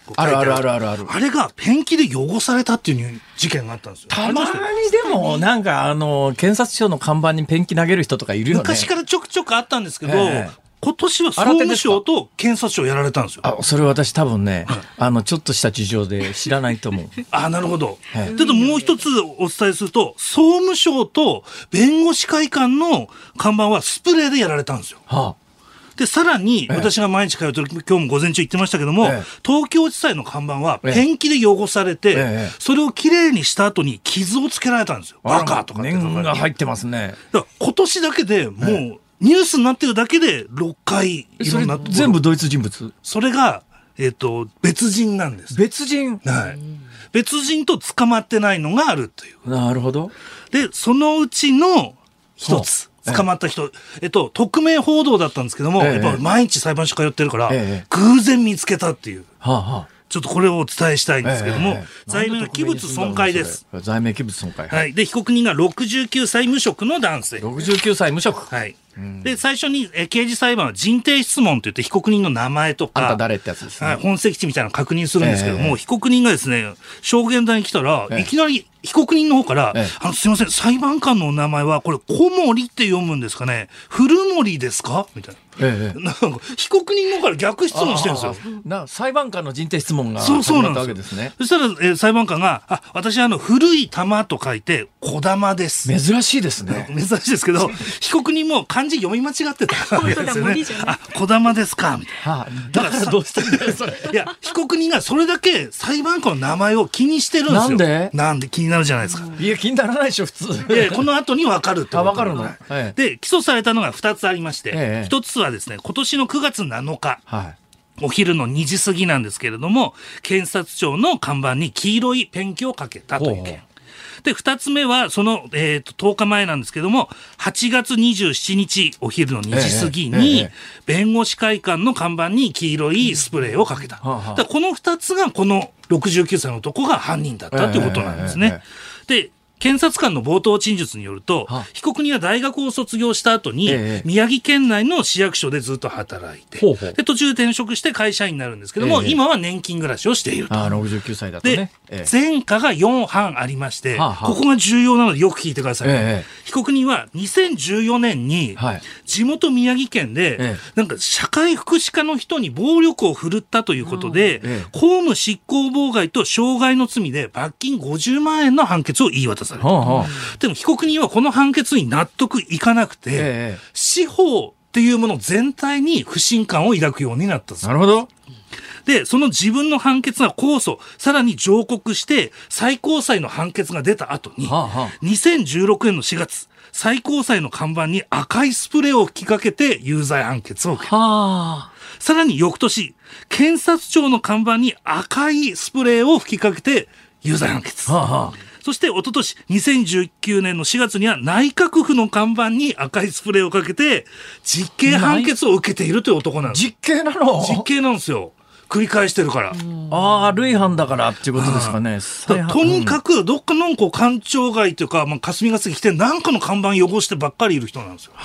あるあるあるあるある。 あれがペンキで汚されたっていう事件があったんですよ。 たまにでもなんかあの検察庁の看板にペンキ投げる人とかいるよね。 昔からちょくちょくあったんですけど、 ええ、 今年は総務省と検察庁やられたんですよ。 あ、それ私多分ね、あのちょっとした事情で知らないと思う。 あ、なるほど。 はい、 ちょっともう一つお伝えすると、総務省と弁護士会館の看板はスプレーでやられたんですよ。はあ、でさらに私が毎日通ってる、今日も午前中行ってましたけども、ええ、東京地裁の看板はペンキで汚されて、ええ、それをきれいにした後に傷をつけられたんですよ。バカとかって念が入ってますね。 だから今年だけでもう、ええ、ニュースになってるだけでろっかいいろんなところ。 全部同一人物？ それが、えっと、別人なんです。 別人？ はい。別人と捕まってないのがあるという。 なるほど。 で、そのうちの一つ。捕まった人、えっと、匿名報道だったんですけども、ええ、やっぱ毎日裁判所通ってるから、ええ、偶然見つけたっていう。はあはあ、ちょっとこれをお伝えしたいんですけども、ええ、罪名は器物損壊です。 罪名器物損壊。 はい。で、被告人がろくじゅうきゅうさい無職の男性。 ろくじゅうきゅうさい無職。 はい。うん、で、最初に、え刑事裁判は人定質問といって被告人の名前とか、 あんた誰ってやつですね。 はい、本籍地みたいなのを確認するんですけども、ええ、被告人がですね、証言台に来たら、ええ、いきなり被告人の方から、ええ、あの、すいません、裁判官のお名前は、これ、小森って読むんですかね、古森ですかみたいな。ええ、なんか被告人の方から逆質問してるんですよ。 な裁判官の人定質問が始まったわけですね。 そしたら、えー、裁判官が、あ、私あの古い玉と書いて小玉です。 珍しいですね。 珍しいですけど、被告人も漢字読み間違ってたわけですよね。あ、小玉ですかみたいな。はあ、 だからどうしてんだよそれ。 いや、被告人がそれだけ裁判官の名前を気にしてるんですよ。 なんで？ なんで気になるじゃないですか。 いや、気にならないでしょ普通。 いや、この後に分かるってこと。 あ、分かるの。はい、 で、起訴されたのがふたつありまして、 ええ、 ひとつはですね、今年のくがつなのか、はい、お昼のにじ過ぎなんですけれども、検察庁の看板に黄色いペンキをかけたという件。で、二つ目は、その、えっと、とおかまえなんですけども、はちがつにじゅうしちにちお昼のにじ過ぎに、ええええ、弁護士会館の看板に黄色いスプレーをかけた。うん、はあはあ、だこの二つが、このろくじゅうきゅうさいの男が犯人だったということなんですね。ええええ、で、検察官の冒頭陳述によると、はあ、被告人は大学を卒業した後に、ええ、宮城県内の市役所でずっと働いて、ほうほう、で途中で転職して会社員になるんですけども、ええ、今は年金暮らしをしていると。 あ、ろくじゅうきゅうさいだとね。 で、ええ、前科がよんはんありまして、はあはあ、ここが重要なのでよく聞いてください。ええ、被告人はにせんじゅうよねんに地元宮城県で、ええ、なんか社会福祉課の人に暴力を振るったということで、ええ、公務執行妨害と傷害の罪で罰金ごじゅうまんえんの判決を言い渡された。はあはあ、でも被告人はこの判決に納得いかなくて、ええ、司法っていうもの全体に不信感を抱くようになったんです。 なるほど。 で、その自分の判決が控訴、さらに上告して最高裁の判決が出た後に、はあはあ、にせんじゅうろくねんのしがつ、最高裁の看板に赤いスプレーを吹きかけて有罪判決を受けた。はあ、さらに翌年、検察庁の看板に赤いスプレーを吹きかけて有罪判決。はあはあ、そして一昨年にせんじゅうきゅうねんのしがつには内閣府の看板に赤いスプレーをかけて実刑判決を受けているという男なんです。 実刑なの？ 実刑なんですよ。繰り返してるから。 ああ、類犯だからっていうことですかね。 とにかくどっかのこう官庁街というか、まあ、霞が関来て何かの看板汚してばっかりいる人なんですよ。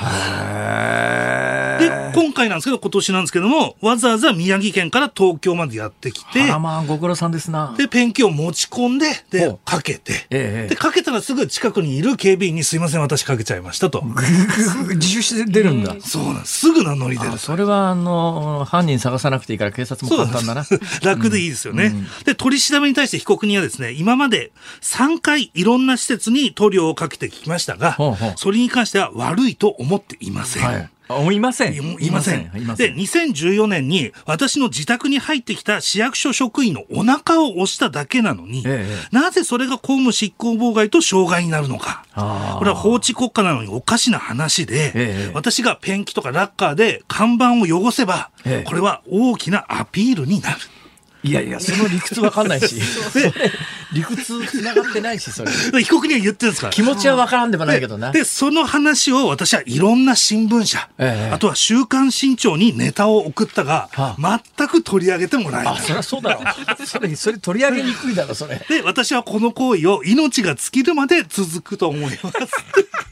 で、今回なんですけど、今年なんですけども、わざわざ宮城県から東京までやってきて、 あ、まあご苦労さんですな。 で、ペンキを持ち込んで、で、かけて、ええ、で、かけたらすぐ近くにいる警備員にすいません、私かけちゃいましたと。 自首して出るんだ。 そうなんです。すぐ名乗り出る。 それは、あの、犯人探さなくていいから警察も簡単だな。 楽でいいですよね、うん。で、取り調べに対して被告人はですね、今までさんかいいろんな施設に塗料をかけてきましたが、ほうほう、それに関しては悪いと思っていません。はい、 いません。 いません。で、にせんじゅうよねんに私の自宅に入ってきた市役所職員のお腹を押しただけなのに、ええ、なぜそれが公務執行妨害と傷害になるのか。これは法治国家なのにおかしな話で、え、私がペンキとかラッカーで看板を汚せば、これは大きなアピールになる。 いやいや、その理屈わかんないし。理屈つながってないし、それ。 被告人は言ってるんですから。 気持ちはわからんでもないけどな。 で、その話を私はいろんな新聞社、ええ、あとは週刊新潮にネタを送ったが、はあ、全く取り上げてもらえない。 あ、そりゃそうだろう。それ、それ取り上げにくいだろ、それ。 で、私はこの行為を命が尽きるまで続くと思います。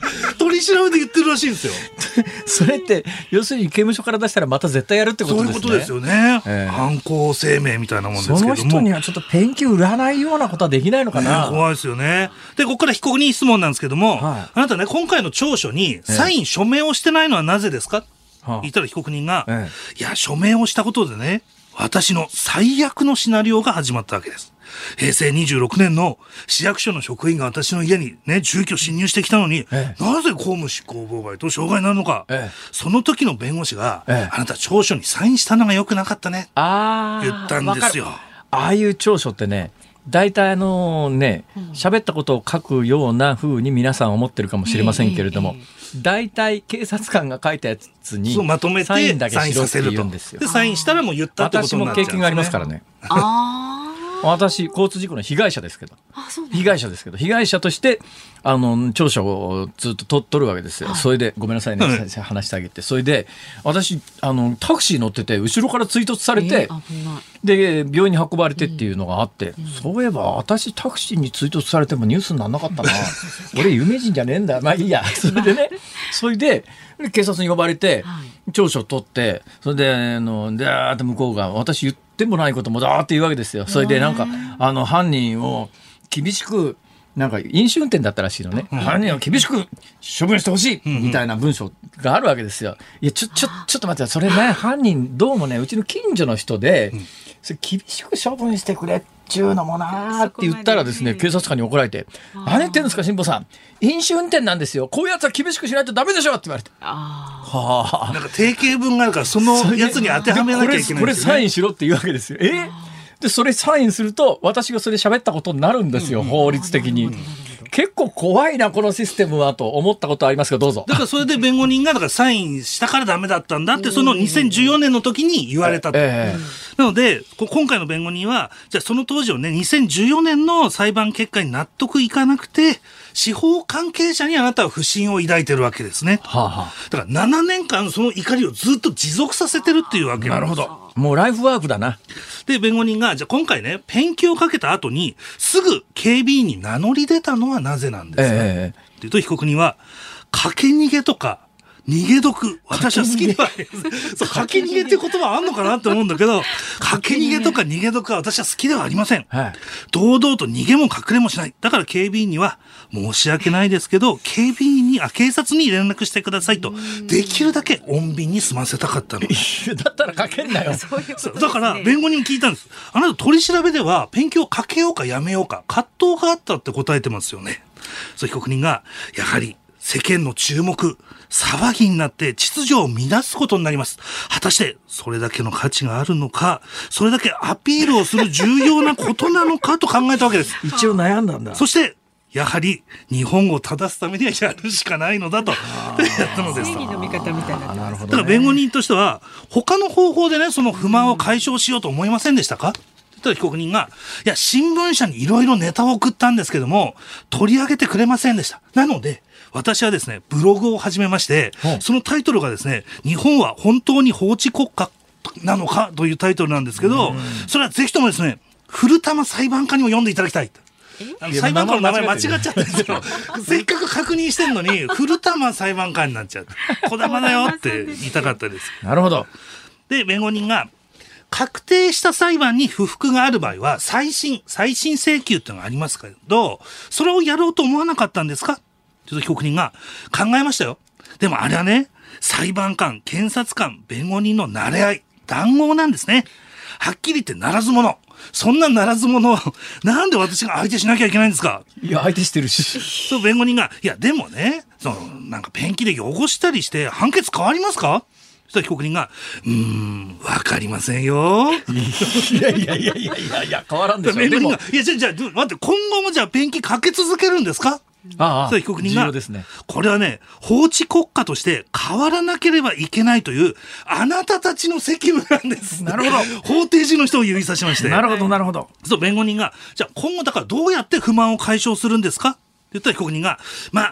取り調べで言ってるらしいんですよ。 それって要するに刑務所から出したらまた絶対やるってことですね。 そういうことですよね、えー、犯行声明みたいなもんですけども、 その人にはちょっとペンキ売らないようなことはできないのかな、 ね、怖いですよね。でここから被告人質問なんですけども、はい、あなたね今回の調書にサイン、えー、署名をしてないのはなぜですか、はあ、言ったら被告人が、えー、いや署名をしたことでね私の最悪のシナリオが始まったわけです。へいせいにじゅうろくねんの市役所の職員が私の家にね住居侵入してきたのに、ええ、なぜ公務執行妨害と傷害になるのか、ええ、その時の弁護士が、ええ、あなた調書にサインしたのが良くなかったねあ言ったんですよ。 ああいう調書ってね大体あのね喋ったことを書くような風に皆さん思ってるかもしれませんけれども、大体警察官が書いたやつにまとめてサインだけしろって言うんですよ。 でサインしたらもう言ったってことになっちゃうんですね。 私も経験がありますからね。あ私交通事故の被害者ですけど被害者ですけど被害者としてあの調書をずっと取取るわけですよ、はい、それでごめんなさいね、はい、話してあげてそれで私あのタクシー乗ってて後ろから追突されて、えー、で病院に運ばれてっていうのがあって、うん、そういえば私タクシーに追突されてもニュースにならなかったな俺有名人じゃねえんだまあいいやそれでねそれで警察に呼ばれて、はい、調書を取ってそれであのでーって向こうが私言ってでもないこともだーって言うわけですよ。それでなんかあの犯人を厳しくなんか飲酒運転だったらしいのね、うん、犯人を厳しく処分してほしいみたいな文章があるわけですよ。いやちょちょちょっと待ってそれね犯人どうもねうちの近所の人で、うん、それ厳しく処分してくれっちゅうのもなーって言ったらですね警察官に怒られて何言ってんですか辛坊さん飲酒運転なんですよこういうやつは厳しくしないとダメでしょって言われてあはあなんか定型文があるからそのやつに当てはめなきゃいけないんですよね。 これサインしろって言うわけですよ。えでそれサインすると私がそれ喋ったことになるんですよ、うん、法律的に。結構怖いなこのシステムはと思ったことありますがどうぞ。 だからそれで弁護人がだからサインしたからダメだったんだってそのにせんじゅうよねんの時に言われたと、えー、なので今回の弁護人はじゃあその当時をねにせんじゅうよねんの裁判結果に納得いかなくて司法関係者にあなたは不信を抱いてるわけですね、はあはあ、だからななねんかんその怒りをずっと持続させてるっていうわけなんです。 なるほどもうライフワークだな。 で弁護人がじゃあ今回ねペンキをかけた後にすぐ警備員に名乗り出たのはなぜなんですか、えー、っていうと被告人はかけ逃げとか逃げ毒私は好きではそうかけ逃げって言葉あんのかなって思うんだけどかけ逃げとか逃げ毒は私は好きではありません、はい、堂々と逃げも隠れもしない。だから警備員には申し訳ないですけど警備員にあ警察に連絡してくださいとできるだけ穏便に済ませたかったの。 だったらかけんなよそういうことですね。だから弁護人に聞いたんです。あなた取り調べではペンキをかけようかやめようか葛藤があったって答えてますよね。そう被告人がやはり世間の注目騒ぎになって秩序を乱すことになります。果たしてそれだけの価値があるのかそれだけアピールをする重要なことなのかと考えたわけです一応悩んだんだ。 そしてやはり日本語を正すためにはやるしかないのだとやったのです。 正義の味方みたいな、 なるほどね。だから弁護人としては他の方法でねその不満を解消しようと思いませんでしたか。被告人がいや新聞社にいろいろネタを送ったんですけども取り上げてくれませんでした。なので私はですねブログを始めまして、うん、そのタイトルがですね日本は本当に法治国家なのかというタイトルなんですけど、それはぜひともですね古玉裁判官にも読んでいただきたい。裁判官の名前間違っちゃったんですよせっかく確認してんのに古玉裁判官になっちゃう小玉だよって言いたかったですなるほど。 で弁護人が確定した裁判に不服がある場合は再審再審請求っていうのがありますけどそれをやろうと思わなかったんですか。ちょっと被告人が考えましたよ。でもあれはね裁判官検察官弁護人の馴れ合い談合なんですね。はっきり言ってならず者。そんなならず者をなんで私が相手しなきゃいけないんですか。 いや相手してるしそう弁護人がいやでもねそのなんかペンキで汚したりして判決変わりますか。そしたら被告人がうーんわかりませんよいやいやいやいやいやいや変わらんでしょ。 弁護人がいやじゃあじゃあ待って今後もじゃあペンキかけ続けるんですか。 ああ被告人が、 ね、 これはね法治国家として変わらなければいけないというあなたたちの責務なんです。 なるほど法廷人の人を指さしましてなるほどなるほど。 そう弁護人がじゃあ今後だからどうやって不満を解消するんですかって言ったら被告人がまあ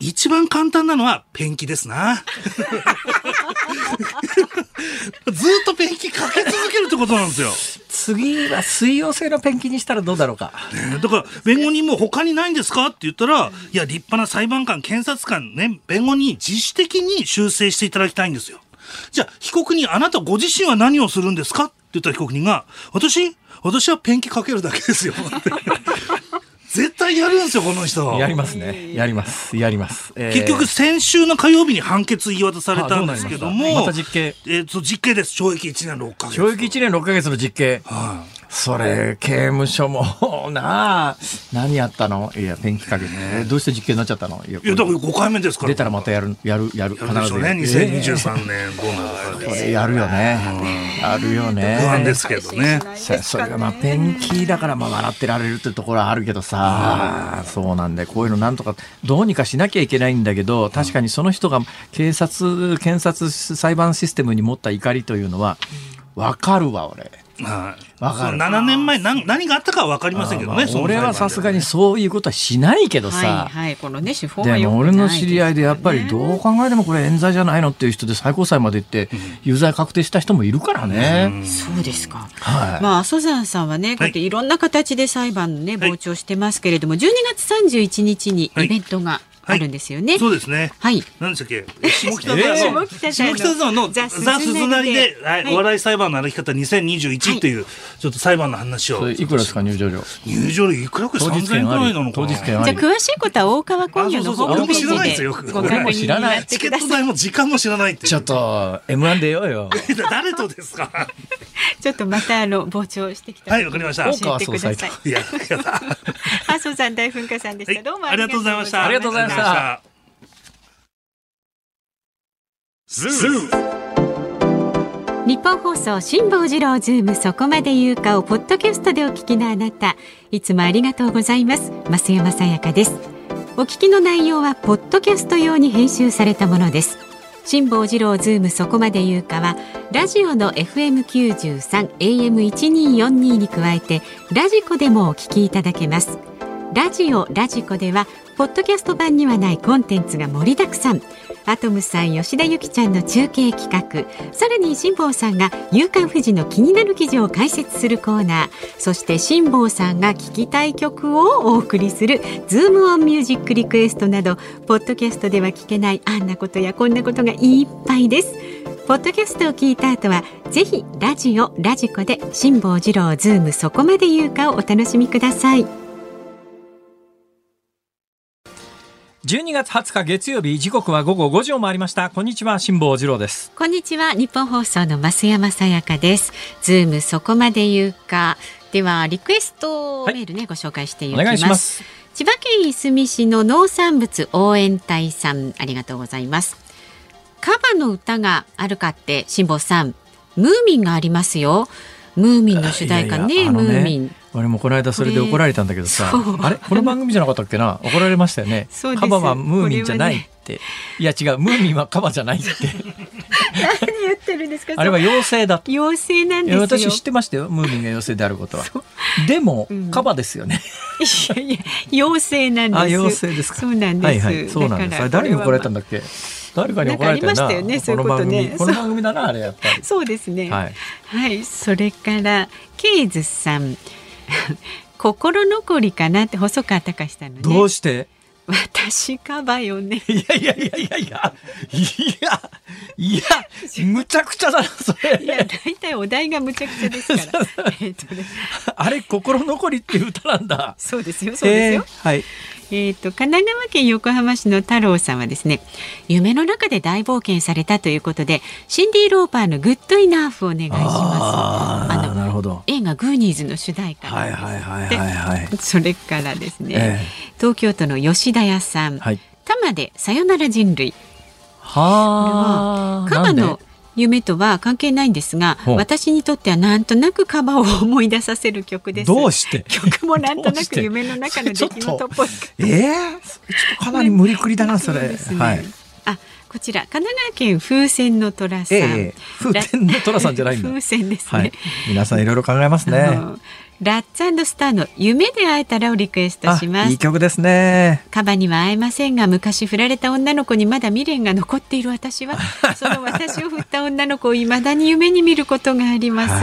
一番簡単なのはペンキですな。ずっとペンキかけ続けるってことなんですよ。 次は水溶性のペンキにしたらどうだろうか、 ね、だから弁護人も他にないんですかって言ったら、いや立派な裁判官検察官ね、弁護人に自主的に修正していただきたいんですよ。じゃあ被告人あなたご自身は何をするんですかって言ったら被告人が、私私はペンキかけるだけですよって絶対やるんですよこの人。 やりますね、やりますやります、えー、 結局先週の火曜日に判決言い渡されたんですけども、 また実刑、 えー、実刑です。懲役いちねんろっかげつ。 懲役いちねんろっかげつの実刑、 はあ、それ刑務所もなあ、何やったの、いやペンキかけて、ね、どうして実刑になっちゃったの。いや、 いやだからごかいめですから。 出たらまたやるやるやるやるでしょうね。にせんにじゅうさんねんどうなるか、 これやるよね、やるよね。 不安ですけどね。 それがまあペンキだからまあ笑ってられるってところはあるけどさ、そうなんでこういうのなんとかどうにかしなきゃいけないんだけど、確かにその人が警察検察裁判システムに持った怒りというのは分かるわ俺。 はい、 分かる。 ななねんまえ 何, 何があったかは分かりませんけどね。 まあ、俺はさすがにそういうことはしないけどさ、 はいはい、このね、手法はでも俺の知り合いでやっぱりどう考えてもこれ冤罪じゃないのっていう人で最高裁まで行って有罪確定した人もいるからね。 うん、そうですか、 はい。 まあ、阿蘇山さんはねこうやっていろんな形で裁判のね傍聴してますけれども、じゅうにがつさんじゅういちにちにイベントがあるんですよね。 はい、そうですね。 はい。 何でしたっけ？下北沢の、 下北沢のザ・鈴なりで、はい、お笑い裁判の歩き方にせんにじゅういちという、はい、ちょっと裁判の話を。それいくらですか入場料？ 入場料いくらくらいさんぜんえんくらいなのかな。 じゃあ詳しいことは大川工業のホームページでご確認になってチケッください。 ト代も時間も知らないって。 ちょっと エムワン でようよ。 誰とですか？ ちょっとまたあの傍聴してきた。 はい、わかりました。 教えてください。 いや、やだ。 阿蘇山大噴火さんでした。どうもありがとうございました。 ありがとうございました。 日本放送辛坊治郎ズームそこまで言うかをポッドキャストでお聞きのあなた、いつもありがとうございます。増山さやかです。お聞きの内容はポッドキャスト用に編集されたものです。辛坊治郎ズームそこまで言うかはラジオの エフエムきゅうじゅうさん エーエムせんにひゃくよんじゅうに に加えてラジコでもお聞きいただけます。ラジオラジコではポッドキャスト版にはないコンテンツが盛りだくさん。アトムさん、吉田ゆきちゃんの中継企画、さらに辛坊さんが夕刊フジの気になる記事を解説するコーナー、そして辛坊さんが聴きたい曲をお送りするズームオンミュージックリクエストなど、ポッドキャストでは聞けないあんなことやこんなことがいっぱいです。ポッドキャストを聞いた後はぜひラジオラジコで辛坊治郎ズームそこまで言うかをお楽しみください。 じゅうにがつはつか月曜日、時刻は午後ごじを回りました。こんにちは、辛坊治郎です。 こんにちは、日本放送の増山さやかです。ズームそこまで言うか。ではリクエストメールね、はい、ご紹介していきます。お願いします。千葉県いすみ市の農産物応援隊さん、ありがとうございます。カバの歌があるかって辛坊さん、ムーミンがありますよ。ムーミンの主題歌 ね, いやいやねムーミン。 俺もこの間それで怒られたんだけどさ、あれこの番組じゃなかったっけな、怒られましたよね。カバはムーミンじゃないって、ね、いや違う、ムーミンはカバじゃないって何言ってるんですか。 あれは妖精だって。 妖精なんですよ。 私知ってましたよ、ムーミンが妖精であることは。でも、うん、カバですよね。 いやいや妖精なんです。あ、 妖精ですか。 そうなんです、 はいはい、そうなんです。あれ誰に怒られたんだっけ。誰かに怒られたよな。なんかありましたよね、そういうことね。この番組だな、あれやっぱり。 そうですね。 はい。 はい、それからケイズさん、心残りかなって細川たかしさんのね。 どうして？ 私カバよね。 いやいやいやいやいやいやいやむちゃくちゃだなそれ。 いや大体お題がむちゃくちゃですから。えっとね、 あれ心残りっていう歌なんだ。 そうですよそうですよ。 えー、はい。 えーと、神奈川県横浜市の太郎さんはですね、夢の中で大冒険されたということでシンディ・ローパーのグッドイナーフをお願いします。 ああのなるほど。 映画グーニーズの主題歌なんです。 はいはいはいはいはい。 それからですね、 えー、東京都の吉田屋さん、はい、多摩でさよなら人類。 はあ。 カバの夢とは関係ないんですが、私にとってはなんとなくカバを思い出させる曲です。 どうして？ 曲もなんとなく夢の中の出来事っぽい。 えー、ちょっとかなり無理くりだなそれ。そうですね。はい。 あ、こちら神奈川県風船の虎さん、 えー、風船の虎さんじゃないんだ。 風船ですね、 はい、皆さんいろいろ考えますね。 ラッツ&スターの夢で会えたらをリクエストします。 いい曲ですね。 カバには会えませんが、昔振られた女の子にまだ未練が残っている私はその私を振った女の子を未だに夢に見ることがあります。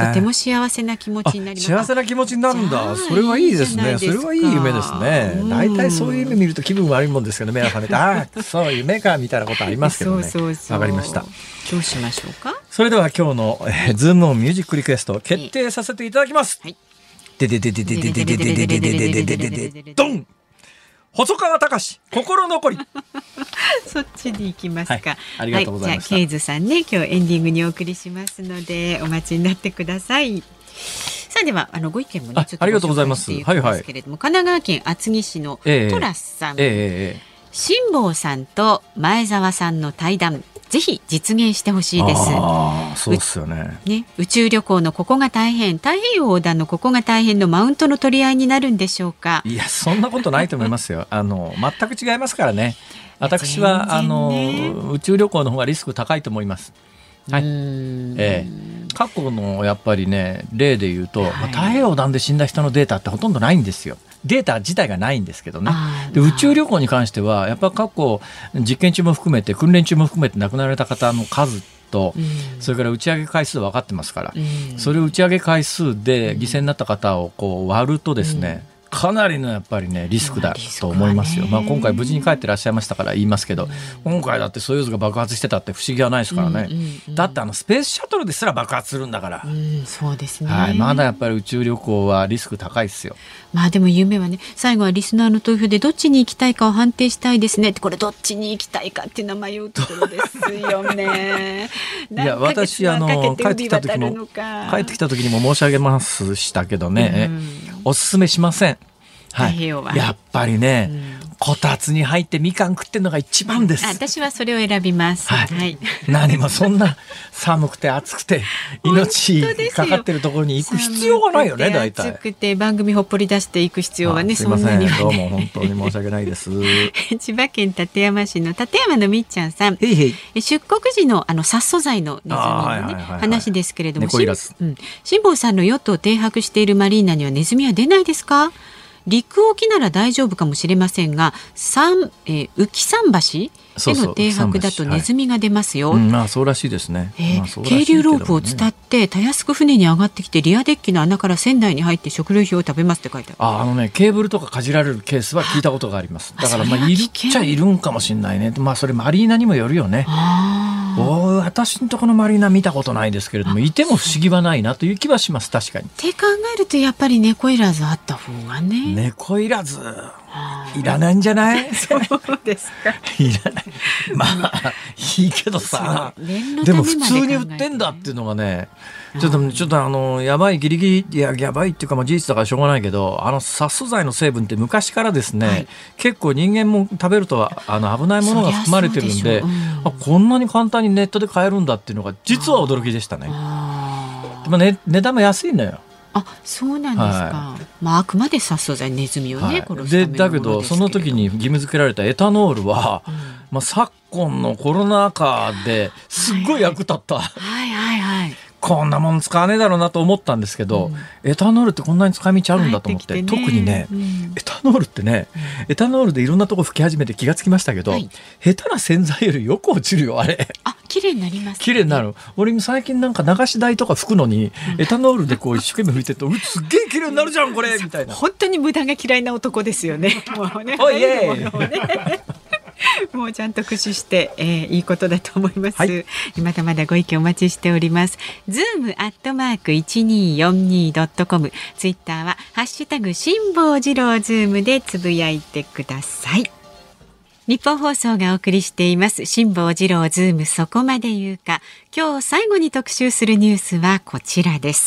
とても幸せな気持ちになります。 幸せな気持ちになるんだ。それはいいですね。それはいい夢ですね。大体そういう夢見ると気分悪いもんですけど、目が覚めてああそう夢かみたいなことありますけどね。そうそうそう、わかりました。 どうしましょうか。 それでは今日の、えー、ズームオンミュージックリクエスト決定させていただきます。はい、でででででででででででででででででドン、細川たかし心残りそっちに行きますか、はい、 ありがとうございました。 はい、じゃあケイズさんね、今日エンディングにお送りしますのでお待ちになってください。さあではあのご意見もねちょっとご紹介していくんですけれども、神奈川県厚木市のトラスさん、辛坊さんと前澤さんの対談ぜひ実現してほしいです。 あ、そうですよね。 ね、宇宙旅行のここが大変、太平洋横断のここが大変のマウントの取り合いになるんでしょうか。 いやそんなことないと思いますよ。あの全く違いますからね。私は、ね、あの宇宙旅行の方がリスク高いと思います。はい、えー、過去のやっぱりね例で言うと、はい、まあ、太平洋横断で死んだ人のデータってほとんどないんですよ。データ自体がないんですけどね。で宇宙旅行に関してはやっぱ過去実験中も含めて訓練中も含めて亡くなられた方の数と、うん、それから打ち上げ回数分かってますから、うん、それを打ち上げ回数で犠牲になった方をこう割るとですね、うん、かなりのやっぱりねリスクだと思いますよ。まあ、今回無事に帰ってらっしゃいましたから言いますけど、うん、今回だってソユーズが爆発してたって不思議はないですからね、うんうんうん、だってあのスペースシャトルですら爆発するんだから、 うん、そうですね、 はい、まだやっぱり宇宙旅行はリスク高いですよ。 まあでも夢はね、最後はリスナーの投票でどっちに行きたいかを判定したいですねって、これどっちに行きたいかっていうのは迷うところですよねいや私あの帰ってきた時も帰ってきた時にも申し上げましたけどね、うん、おすすめしません。はい、やっぱりね、うん、こたつに入ってみかん食ってるのが一番です。 私はそれを選びます、はいはい、 何もそんな寒くて暑くて命かかってるところに行く必要がないよね。大体暑くて番組ほっぽり出していく必要はね、 すいません、そんなにはね、どうも本当に申し訳ないです千葉県館山市の館山のみっちゃんさん、へいへい、出国時のあの殺素剤のネズミの、ね、はいはいはいはい、話ですけれども、辛坊さんのヨットを停泊しているマリーナにはネズミは出ないですか。陸沖なら大丈夫かもしれませんが、三、えー、浮桟橋への停泊だとネズミが出ますよ。 そうそう、はい、うん、まあそうらしいですね。 えーまあそうらしいけどね、渓流ロープを伝ってたやすく船に上がってきてリアデッキの穴から船内に入って食料品を食べますって書いてある。 あ、あのね、ケーブルとかかじられるケースは聞いたことがあります。だからまあいるっちゃいるんかもしれないね。まあそれマリーナにもよるよね。お私のところのマリーナ見たことないですけれども、いても不思議はないなという気はします。確かに。 って考えるとやっぱり猫いらずあった方がね。 猫いらずいらないんじゃない？ そうですか。 いらない。まあいいけどさ、でも普通に売ってんだっていうのがね、ちょっとちょっとあのやばいギリギリいややばいっていうか、まあ事実だからしょうがないけど、あの殺素剤の成分って昔からですね、はい、結構人間も食べるとあの危ないものが含まれてるんで、うん、あこんなに簡単にネットで買えるんだっていうのが実は驚きでしたね。あでもね値段も安いのよ。 あ、そうなんですか。はい、まあ、あくまで殺素剤ネズミをね、はい、殺すためのものですけど。 でだけどその時に義務付けられたエタノールは、うん、まあ、昨今のコロナ禍ですっごい役立った。 はいはいはい。 こんなもん使わねえだろうなと思ったんですけど、うん、エタノールってこんなに使い道あるんだと思って、ね、特にね、うん、エタノールってね、うん、エタノールでいろんなとこ吹き始めて気がつきましたけど、はい、下手な洗剤よりよく落ちるよあれ。 あ、綺麗になりますね。 綺麗になる。俺も最近なんか流し台とか拭くのに、うん、エタノールでこう一生懸命拭いてると、うすっげえ綺麗になるじゃんこれみたいな。 本当に無駄が嫌いな男ですよね。もうね、 おいえーもうちゃんと駆使して、えー、いいことだと思います、はい、まだまだご意見お待ちしております。ズームアットマーク いちにーよんにードットコム、 ツイッターはハッシュタグ辛坊治郎ズームでつぶやいてください。日本放送がお送りしています辛坊治郎ズームそこまで言うか。今日最後に特集するニュースはこちらです。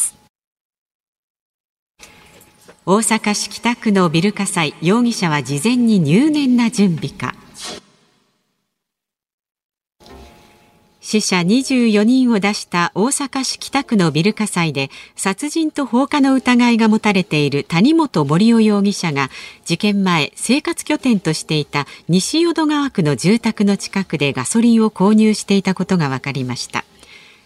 大阪市北区のビル火災、容疑者は事前に入念な準備か。死者にじゅうよにんを出した大阪市北区のビル火災で殺人と放火の疑いが持たれている谷本盛雄容疑者が事件前生活拠点としていた西淀川区の住宅の近くでガソリンを購入していたことが分かりました。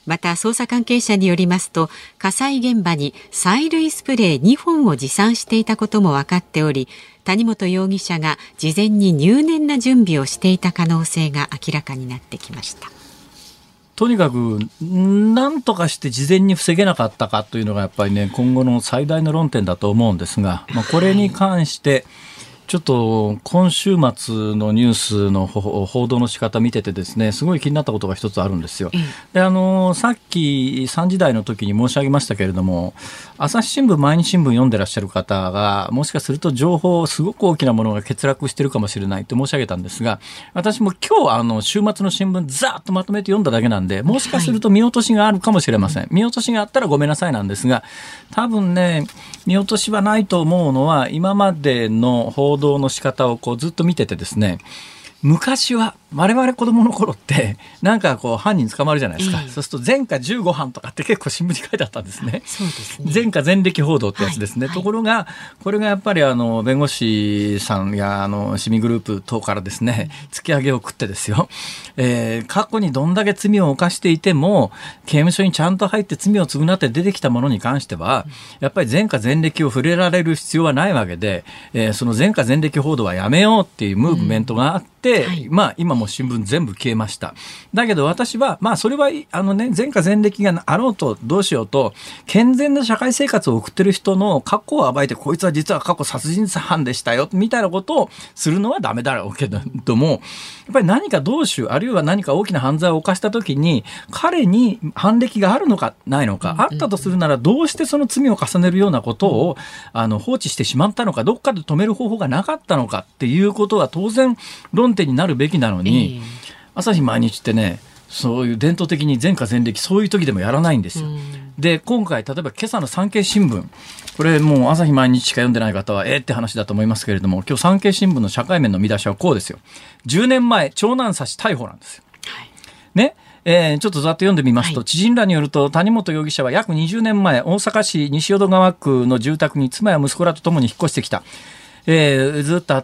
また捜査関係者によりますと、火災現場に催涙スプレーにほんを持参していたことも分かっており、谷本容疑者が事前に入念な準備をしていた可能性が明らかになってきました。 とにかく何とかして事前に防げなかったかというのがやっぱりね、今後の最大の論点だと思うんですが、まあ、これに関してちょっと今週末のニュースの報道の仕方見ててですね、すごい気になったことが一つあるんですよ。で、あのさっきさんじ台の時に申し上げましたけれども、朝日新聞毎日新聞読んでらっしゃる方がもしかすると情報すごく大きなものが欠落してるかもしれないと申し上げたんですが、私も今日あの週末の新聞ざーっとまとめて読んだだけなんで、もしかすると見落としがあるかもしれません。見落としがあったらごめんなさいなんですが、多分ね見落としはないと思うのは、今までの報道の仕方をこうずっと見ててですね、昔は我々子供の頃ってなんかこう犯人捕まるじゃないですか、えー、そうすると前科じゅうごはんとかって結構新聞に書いてあったんですね。 そうですね、 前科前歴報道ってやつですね、 はい、 ところがこれがやっぱりあの弁護士さんやあの市民グループ等からですね、突き上げを食ってですよ、えー、過去にどんだけ罪を犯していても刑務所にちゃんと入って罪を償って出てきたものに関してはやっぱり前科前歴を触れられる必要はないわけで、えー、その前科前歴報道はやめようっていうムーブメントがあって、うんはい、まあ今もう新聞全部消えました。だけど私はまあそれはあのね、前科前歴があろうとどうしようと健全な社会生活を送ってる人の過去を暴いて、こいつは実は過去殺人犯でしたよみたいなことをするのはダメだろうけども、やっぱり何か同種あるいは何か大きな犯罪を犯した時に彼に犯歴があるのかないのか、あったとするならどうしてその罪を重ねるようなことをあの放置してしまったのか、どっかで止める方法がなかったのかっていうことは当然論点になるべきなのに、朝日毎日ってね、そういう伝統的に前科前歴そういう時でもやらないんですよ。で今回例えば今朝の産経新聞、これもう朝日毎日しか読んでない方はええって話だと思いますけれども、今日産経新聞の社会面の見出しはこうですよ。じゅうねんまえ長男刺し逮捕なんですよ、はいねえー、ちょっとざっと読んでみますと、はい、知人らによると谷本容疑者は約にじゅうねんまえ大阪市西淀川区の住宅に妻や息子らと共に引っ越してきた。えー、ずっとあって、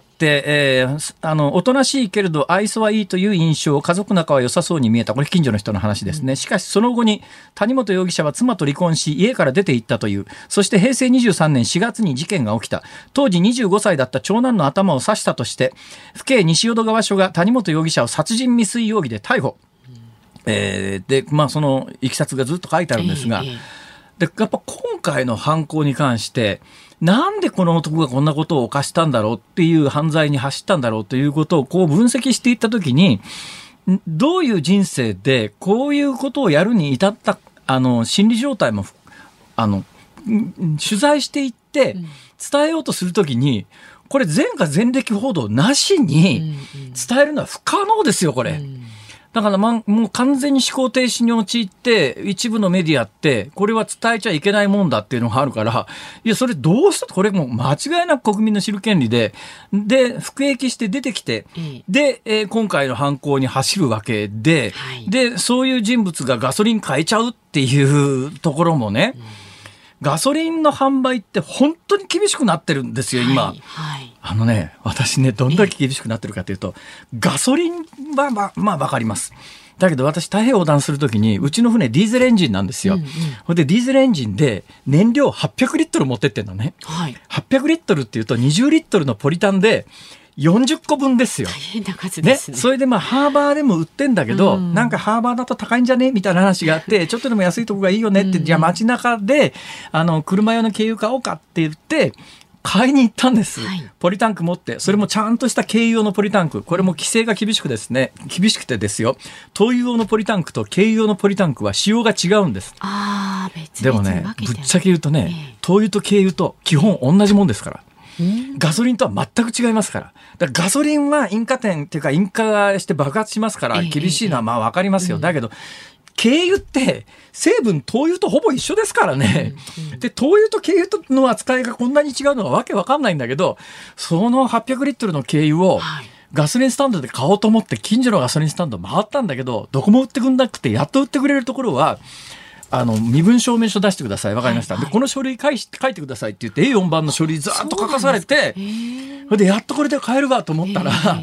えー、あの、おとなしいけれど愛想はいいという印象、家族仲は良さそうに見えた。これ近所の人の話ですね。しかしその後に谷本容疑者は妻と離婚し、家から出て行ったという。そして平成にじゅうさんねんしがつに事件が起きた。当時にじゅうごさいだった長男の頭を刺したとして、府警西淀川署が谷本容疑者を殺人未遂容疑で逮捕。えー、で、まあそのいきさつがずっと書いてあるんですが、でやっぱ今回の犯行に関してなんでこの男がこんなことを犯したんだろうっていう犯罪に走ったんだろうということをこう分析していったときに、どういう人生でこういうことをやるに至ったあの心理状態もあの取材していって伝えようとするときに、これ前科前歴報道なしに伝えるのは不可能ですよこれ。だから、ま、もう完全に思考停止に陥って一部のメディアってこれは伝えちゃいけないもんだっていうのがあるから、いやそれどうしたこれもう間違いなく国民の知る権利でで服役して出てきて、うん、で、えー、今回の犯行に走るわけで、はい、でそういう人物がガソリン買えちゃうっていうところもね、うん、ガソリンの販売って本当に厳しくなってるんですよ今、はいはい、あのね私ねどんだけ厳しくなってるかというと、ガソリンはまあまあ分かります。だけど私太平洋横断するときにうちの船ディーゼルエンジンなんですよ、うんうん、ほんでディーゼルエンジンで燃料はっぴゃくリットル持ってってんのね、はい、はっぴゃくリットルっていうとにじゅうリットルのポリタンでよんじゅっこぶんですよ。 大変な数ですね。 ね、それでまあハーバーでも売ってんだけど、うん、なんかハーバーだと高いんじゃねみたいな話があってちょっとでも安いとこがいいよねって、うん、じゃあ街中であの車用の軽油買おうかって言って買いに行ったんです、はい、ポリタンク持って。それもちゃんとした軽油用のポリタンク、これも規制が厳しくですね厳しくてですよ、灯油用のポリタンクと軽油用のポリタンクは仕様が違うんです。 あ別々 でもねぶっちゃけ言うとね、えー、灯油と軽油と基本同じもんですから、ガソリンとは全く違いますから。だからガソリンは引火点っていうか引火して爆発しますから厳しいのはまあ分かりますよ、えーえー、だけど軽油って成分灯油とほぼ一緒ですからね、うんうん、で灯油と軽油との扱いがこんなに違うのはわけわかんないんだけど、そのはっぴゃくリットルの軽油をガソリンスタンドで買おうと思って近所のガソリンスタンド回ったんだけど、どこも売ってくんなくて、やっと売ってくれるところはあの身分証明書出してください。わかりました、はいはい、でこの書類書い書いてくださいって言って エーよん 番の書類ずっと書かされて、それでやっとこれで買えるわと思ったら、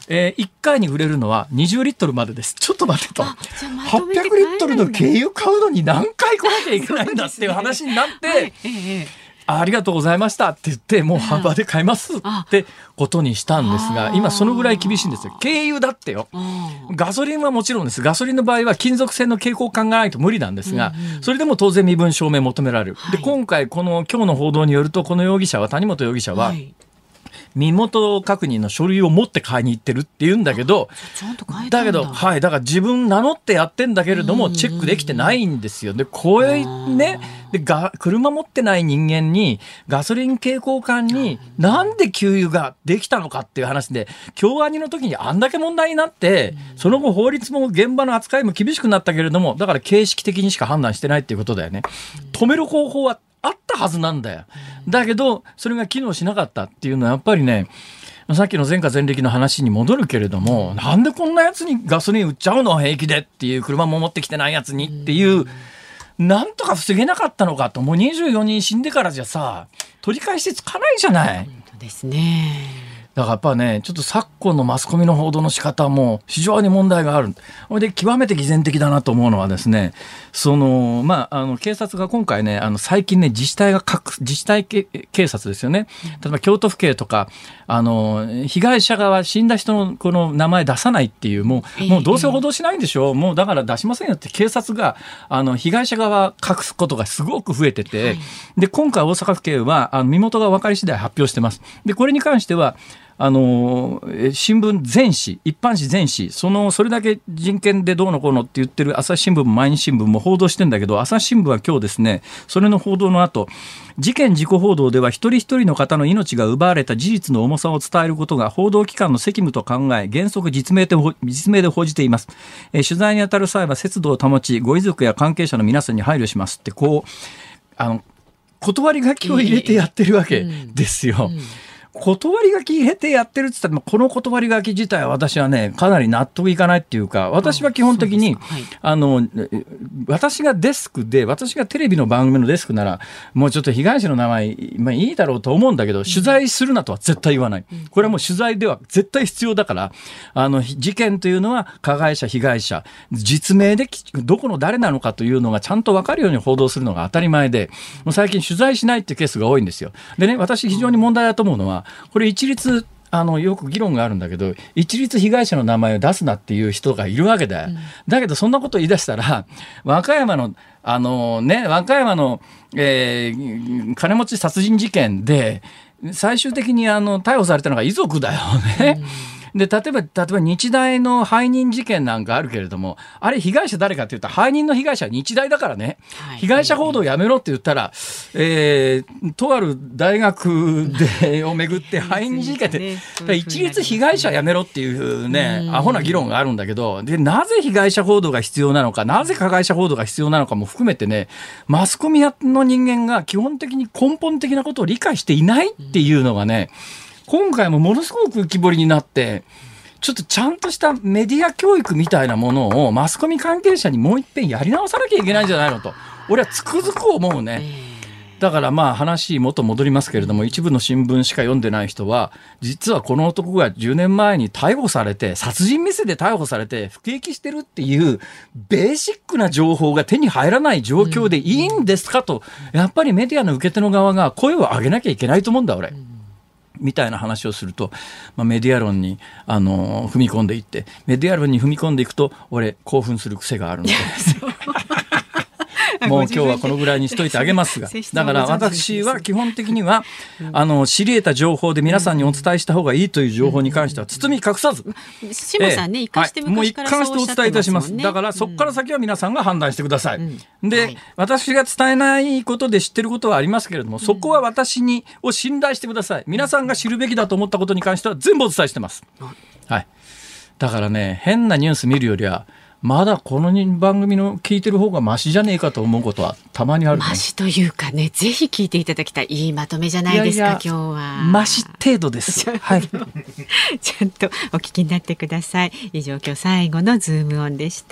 えー、いっかいに売れるのはにじゅうリットルまでです。ちょっと待ってと。はっぴゃくリットルの軽油買うのに何回来なきゃいけないんだっていう話になって、はい、えー、ありがとうございましたって言って、もう販売で買いますってことにしたんですが、今そのぐらい厳しいんですよ。軽油だってよ。ガソリンはもちろんです。ガソリンの場合は金属製の携行缶がないと無理なんですが、うんうん、それでも当然身分証明求められる。はい、で、今回この今日の報道によると、この容疑者は、谷本容疑者は、はい、身元確認の書類を持って買いに行ってるって言うんだけど、だけど、はい、だから自分名乗ってやってんだけれども、チェックできてないんですよ。で、これね、でが車持ってない人間にガソリン携行缶になんで給油ができたのかっていう話で、京アニの時にあんだけ問題になって、その後法律も現場の扱いも厳しくなったけれども、だから形式的にしか判断してないっていうことだよね。止める方法はあったはずなんだよ。だけどそれが機能しなかったっていうのはやっぱりね、さっきの前科前歴の話に戻るけれども、なんでこんなやつにガソリン売っちゃうの平気でっていう、車も持ってきてないやつにっていう、なんとか防げなかったのかと。もうにじゅうよにん死んでからじゃさ、取り返しつかないじゃない。 本当ですね。 だからやっぱね、ちょっと昨今のマスコミの報道の仕方も非常に問題がある。で、極めて偽善的だなと思うのはですね、その、まあ、あの、警察が今回ね、あの、最近ね、自治体が各、自治体警察ですよね。例えば京都府警とか、あの、被害者側、死んだ人のこの名前出さないっていう、もう、もうどうせ報道しないんでしょ。もうだから出しませんよって警察が、あの、被害者側隠すことがすごく増えてて、で、今回大阪府警は、あの、身元が分かり次第発表してます。で、これに関しては、あの新聞全紙、一般紙全紙、そのそれだけ人権でどうのこうのって言ってる朝日新聞も毎日新聞も報道してんだけど、朝日新聞は今日ですね、それの報道の後、事件事故報道では一人一人の方の命が奪われた事実の重さを伝えることが報道機関の責務と考え、原則実名で実名で報じています。えー、取材に当たる際は節度を保ち、ご遺族や関係者の皆さんに配慮しますって、こうあの断り書きを入れてやってるわけですよ。うんうん、断り書き入れてやってるって言ったら、この断り書き自体は私はね、かなり納得いかないっていうか、私は基本的に、はい、あの、私がデスクで、私がテレビの番組のデスクなら、もうちょっと被害者の名前、まあいいだろうと思うんだけど、取材するなとは絶対言わない。これはもう取材では絶対必要だから、あの、事件というのは加害者、被害者、実名でどこの誰なのかというのがちゃんと分かるように報道するのが当たり前で、もう最近取材しないっていうケースが多いんですよ。でね、私非常に問題だと思うのは、これ一律あのよく議論があるんだけど、一律被害者の名前を出すなっていう人がいるわけだよ、うん、だけどそんなこと言い出したら、和歌山のあのね和歌山の、えー、金持ち殺人事件で最終的にあの逮捕されたのが遺族だよね、うんで例えば例えば日大の背任事件なんかあるけれども、あれ被害者誰かって言ったら背任の被害者は日大だからね、はい、被害者報道をやめろって言ったら、えー、とある大学でをめぐって背任事件ってね、一律被害者やめろっていうねアホな議論があるんだけど、でなぜ被害者報道が必要なのか、なぜ加害者報道が必要なのかも含めてね、マスコミの人間が基本的に根本的なことを理解していないっていうのがね、今回もものすごく浮き彫りになって、ちょっとちゃんとしたメディア教育みたいなものをマスコミ関係者にもう一遍やり直さなきゃいけないんじゃないのと、俺はつくづく思うね。だからまあ話元戻りますけれども、一部の新聞しか読んでない人は、実はこの男がじゅうねんまえに逮捕されて、殺人未遂で逮捕されて服役してるっていうベーシックな情報が手に入らない状況でいいんですかと、やっぱりメディアの受け手の側が声を上げなきゃいけないと思うんだ俺。みたいな話をすると、まあ、メディア論にあの踏み込んでいって、メディア論に踏み込んでいくと俺興奮する癖があるのでもう今日はこのぐらいにしといてあげますが、だから私は基本的にはあの知り得た情報で皆さんにお伝えした方がいいという情報に関しては包み隠さず、 下さんね、一貫して昔からそうおっしゃってますもんね。もう一貫してお伝えいたします。だからそこから先は皆さんが判断してください、うんうん、で、はい、私が伝えないことで知ってることはありますけれども、そこは私にを信頼してください。皆さんが知るべきだと思ったことに関しては全部お伝えしてます、はい、だからね、変なニュース見るよりはまだこの番組の聞いてる方がマシじゃねえかと思うことはたまにあるね。マシというかね、ぜひ聞いていただきたい、いいまとめじゃないですか。いやいや今日はマシ程度ですはいちゃんとお聞きになってください。以上、今日最後のズームオンでした。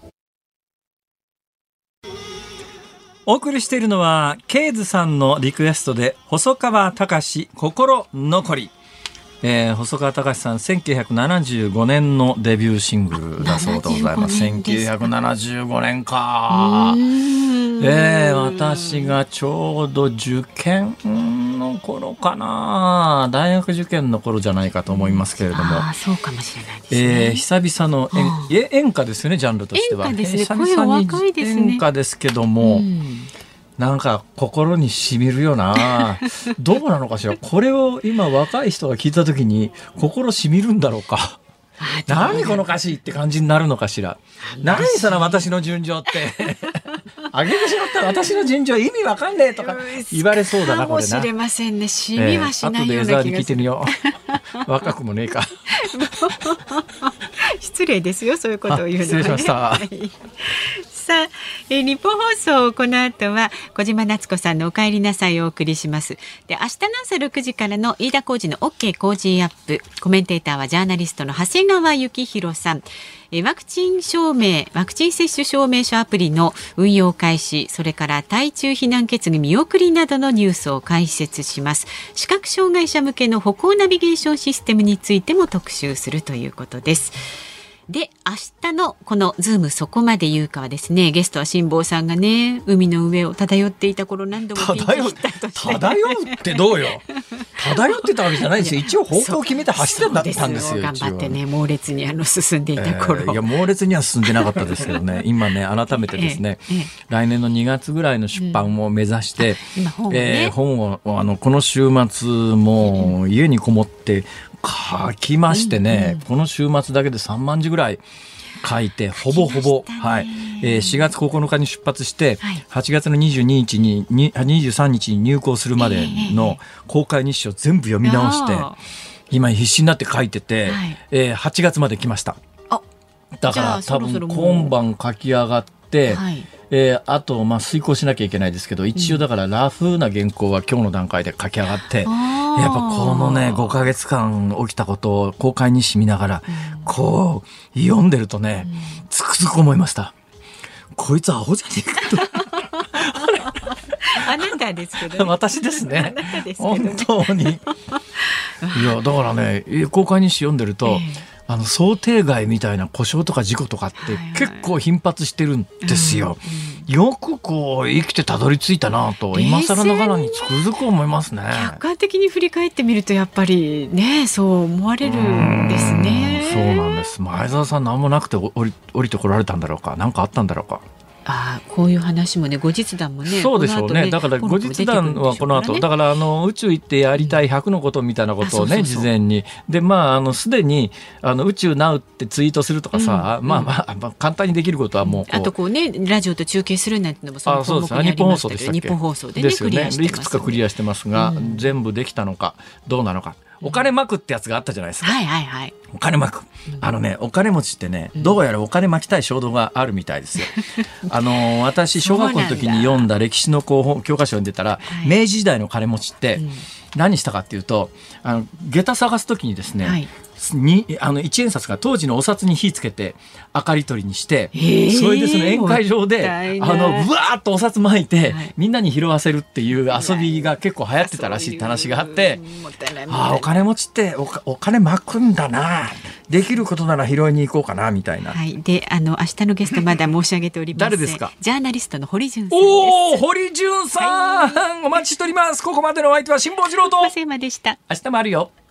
お送りしているのはケイズさんのリクエストで細川たかし心残り。 えー、細川隆さんせんきゅうひゃくななじゅうごねんのデビューシングルだそうでございます。せんきゅうひゃくななじゅうごねんか。えー、私がちょうど受験の頃かな、大学受験の頃じゃないかと思いますけれども、 あ、そうかもしれないですね。 えー、久々の演、え演歌ですよね、ジャンルとしては。 演歌ですね。 久々に演歌ですけども、 うん、 なんか心にしみるよな。どうなのかしら。これを今若い人が聞いた時に心しみるんだろうか。何この歌詞って感じになるのかしら。何その私の順序ってあげてしまったら私の順序意味わかんねえとか言われそうだな、これな。 かもしれませんね。しみはしないような気がする。 えー、後で江沢に聞いてみよう。若くもねえか。 失礼ですよ、そういうことを言うのはね。 失礼しました。はい、 さあ、えー、日本放送この後は小島夏子さんのお帰りなさいをお送りします。で、明日の朝ろくじからの飯田浩司の OK 工事アップ、コメンテーターはジャーナリストの長谷川幸宏さん。えー、ワクチン証明ワクチン接種証明書アプリの運用開始、それから対中避難決議見送りなどのニュースを解説します。視覚障害者向けの歩行ナビゲーションシステムについても特集するということです。で、明日のこのズームそこまで言うかはですね、ゲストは辛坊さんがね、海の上を漂っていた頃何度もピンチヒッターとして漂うってどうよ。漂ってたわけじゃないですよ。一応方向を決めて走ってたんですよ。 頑張ってね、猛烈にあの進んでいた頃、えー、いや猛烈には進んでなかったですけどね。今ね、改めてですね、えーえー、来年のにがつぐらいの出版を目指して、うん、今本をね、えー、本をあのこの週末も家にこもって書きましてね、うんうん、この週末だけでさんまんじぐらい書いて、ほぼほぼ、はい、えー、しがつここのかに出発して、はい、はちがつのにじゅうににちに、にじゅうさんにちに入校するまでの公開日誌を全部読み直して、今必死になって書いてて、はい、えー、はちがつまで来ました。あ、だから多分今晩書き上がって、はい、えー、あと、まあ、遂行しなきゃいけないですけど、一応だからラフな原稿は今日の段階で書き上がって、うん、やっぱこのねごかげつかん起きたことを公開日誌見ながら、うん、こう読んでるとね、うん、つくづく思いました。こいつアホじゃねえかと。 あなたですけどね。 私ですね。 あなたですけどね。 本当に。いや、だからね、公開日誌読んでると、えーあの想定外みたいな故障とか事故とかって結構頻発してるんですよ。はいはい、うんうん、よくこう生きてたどり着いたなと今更ながらにつくづく思いますね。 客観的に振り返ってみるとやっぱりね、そう思われるんですね。 そうなんです。前澤さん何もなくて降り、降りてこられたんだろうか、何かあったんだろうか。 あ、こういう話もね、後日談もね。 そうでしょう ね, ねだから後日談はこの後、だからあの宇宙行ってやりたいひゃくのことみたいなことをね、事前にで、まああのすでにあの宇宙ナウってツイートするとかさ、うん、まあまあ、まあ、簡単にできることはもうこう、 あとこうね、ラジオと中継するなんてのもその項目にありましたけど、日本放送でね、 ですよね、 クリアしてます。 いくつかクリアしてますが、うん、全部できたのかどうなのか。お金まくってやつがあったじゃないですか。 はいはいはい。 お金まく。あのね、お金持ちってね、どうやらお金まきたい衝動があるみたいですよ。あの、私、小学校の時に読んだ歴史の教科書に出たら、はい、明治時代の金持ちって、何したかっていうと、あの、下駄探す時にですね、はい、にあのいちえん札が当時のお札に火つけて明かり取りにして、えー、それでその宴会場であのぶわーっとお札巻いて、はい、みんなに拾わせるっていう遊びが結構流行ってたらしいって話があって、ああお金持ちってお、お金巻くんだな、できることなら拾いに行こうかなみたいな、 はい、であの明日のゲストまだ申し上げております誰ですか。 ジャーナリストの堀潤さんです。 おー、堀潤さん、はい、お待ちしております。ここまでのお相手は辛坊治郎と増山でした。 明日もあるよ。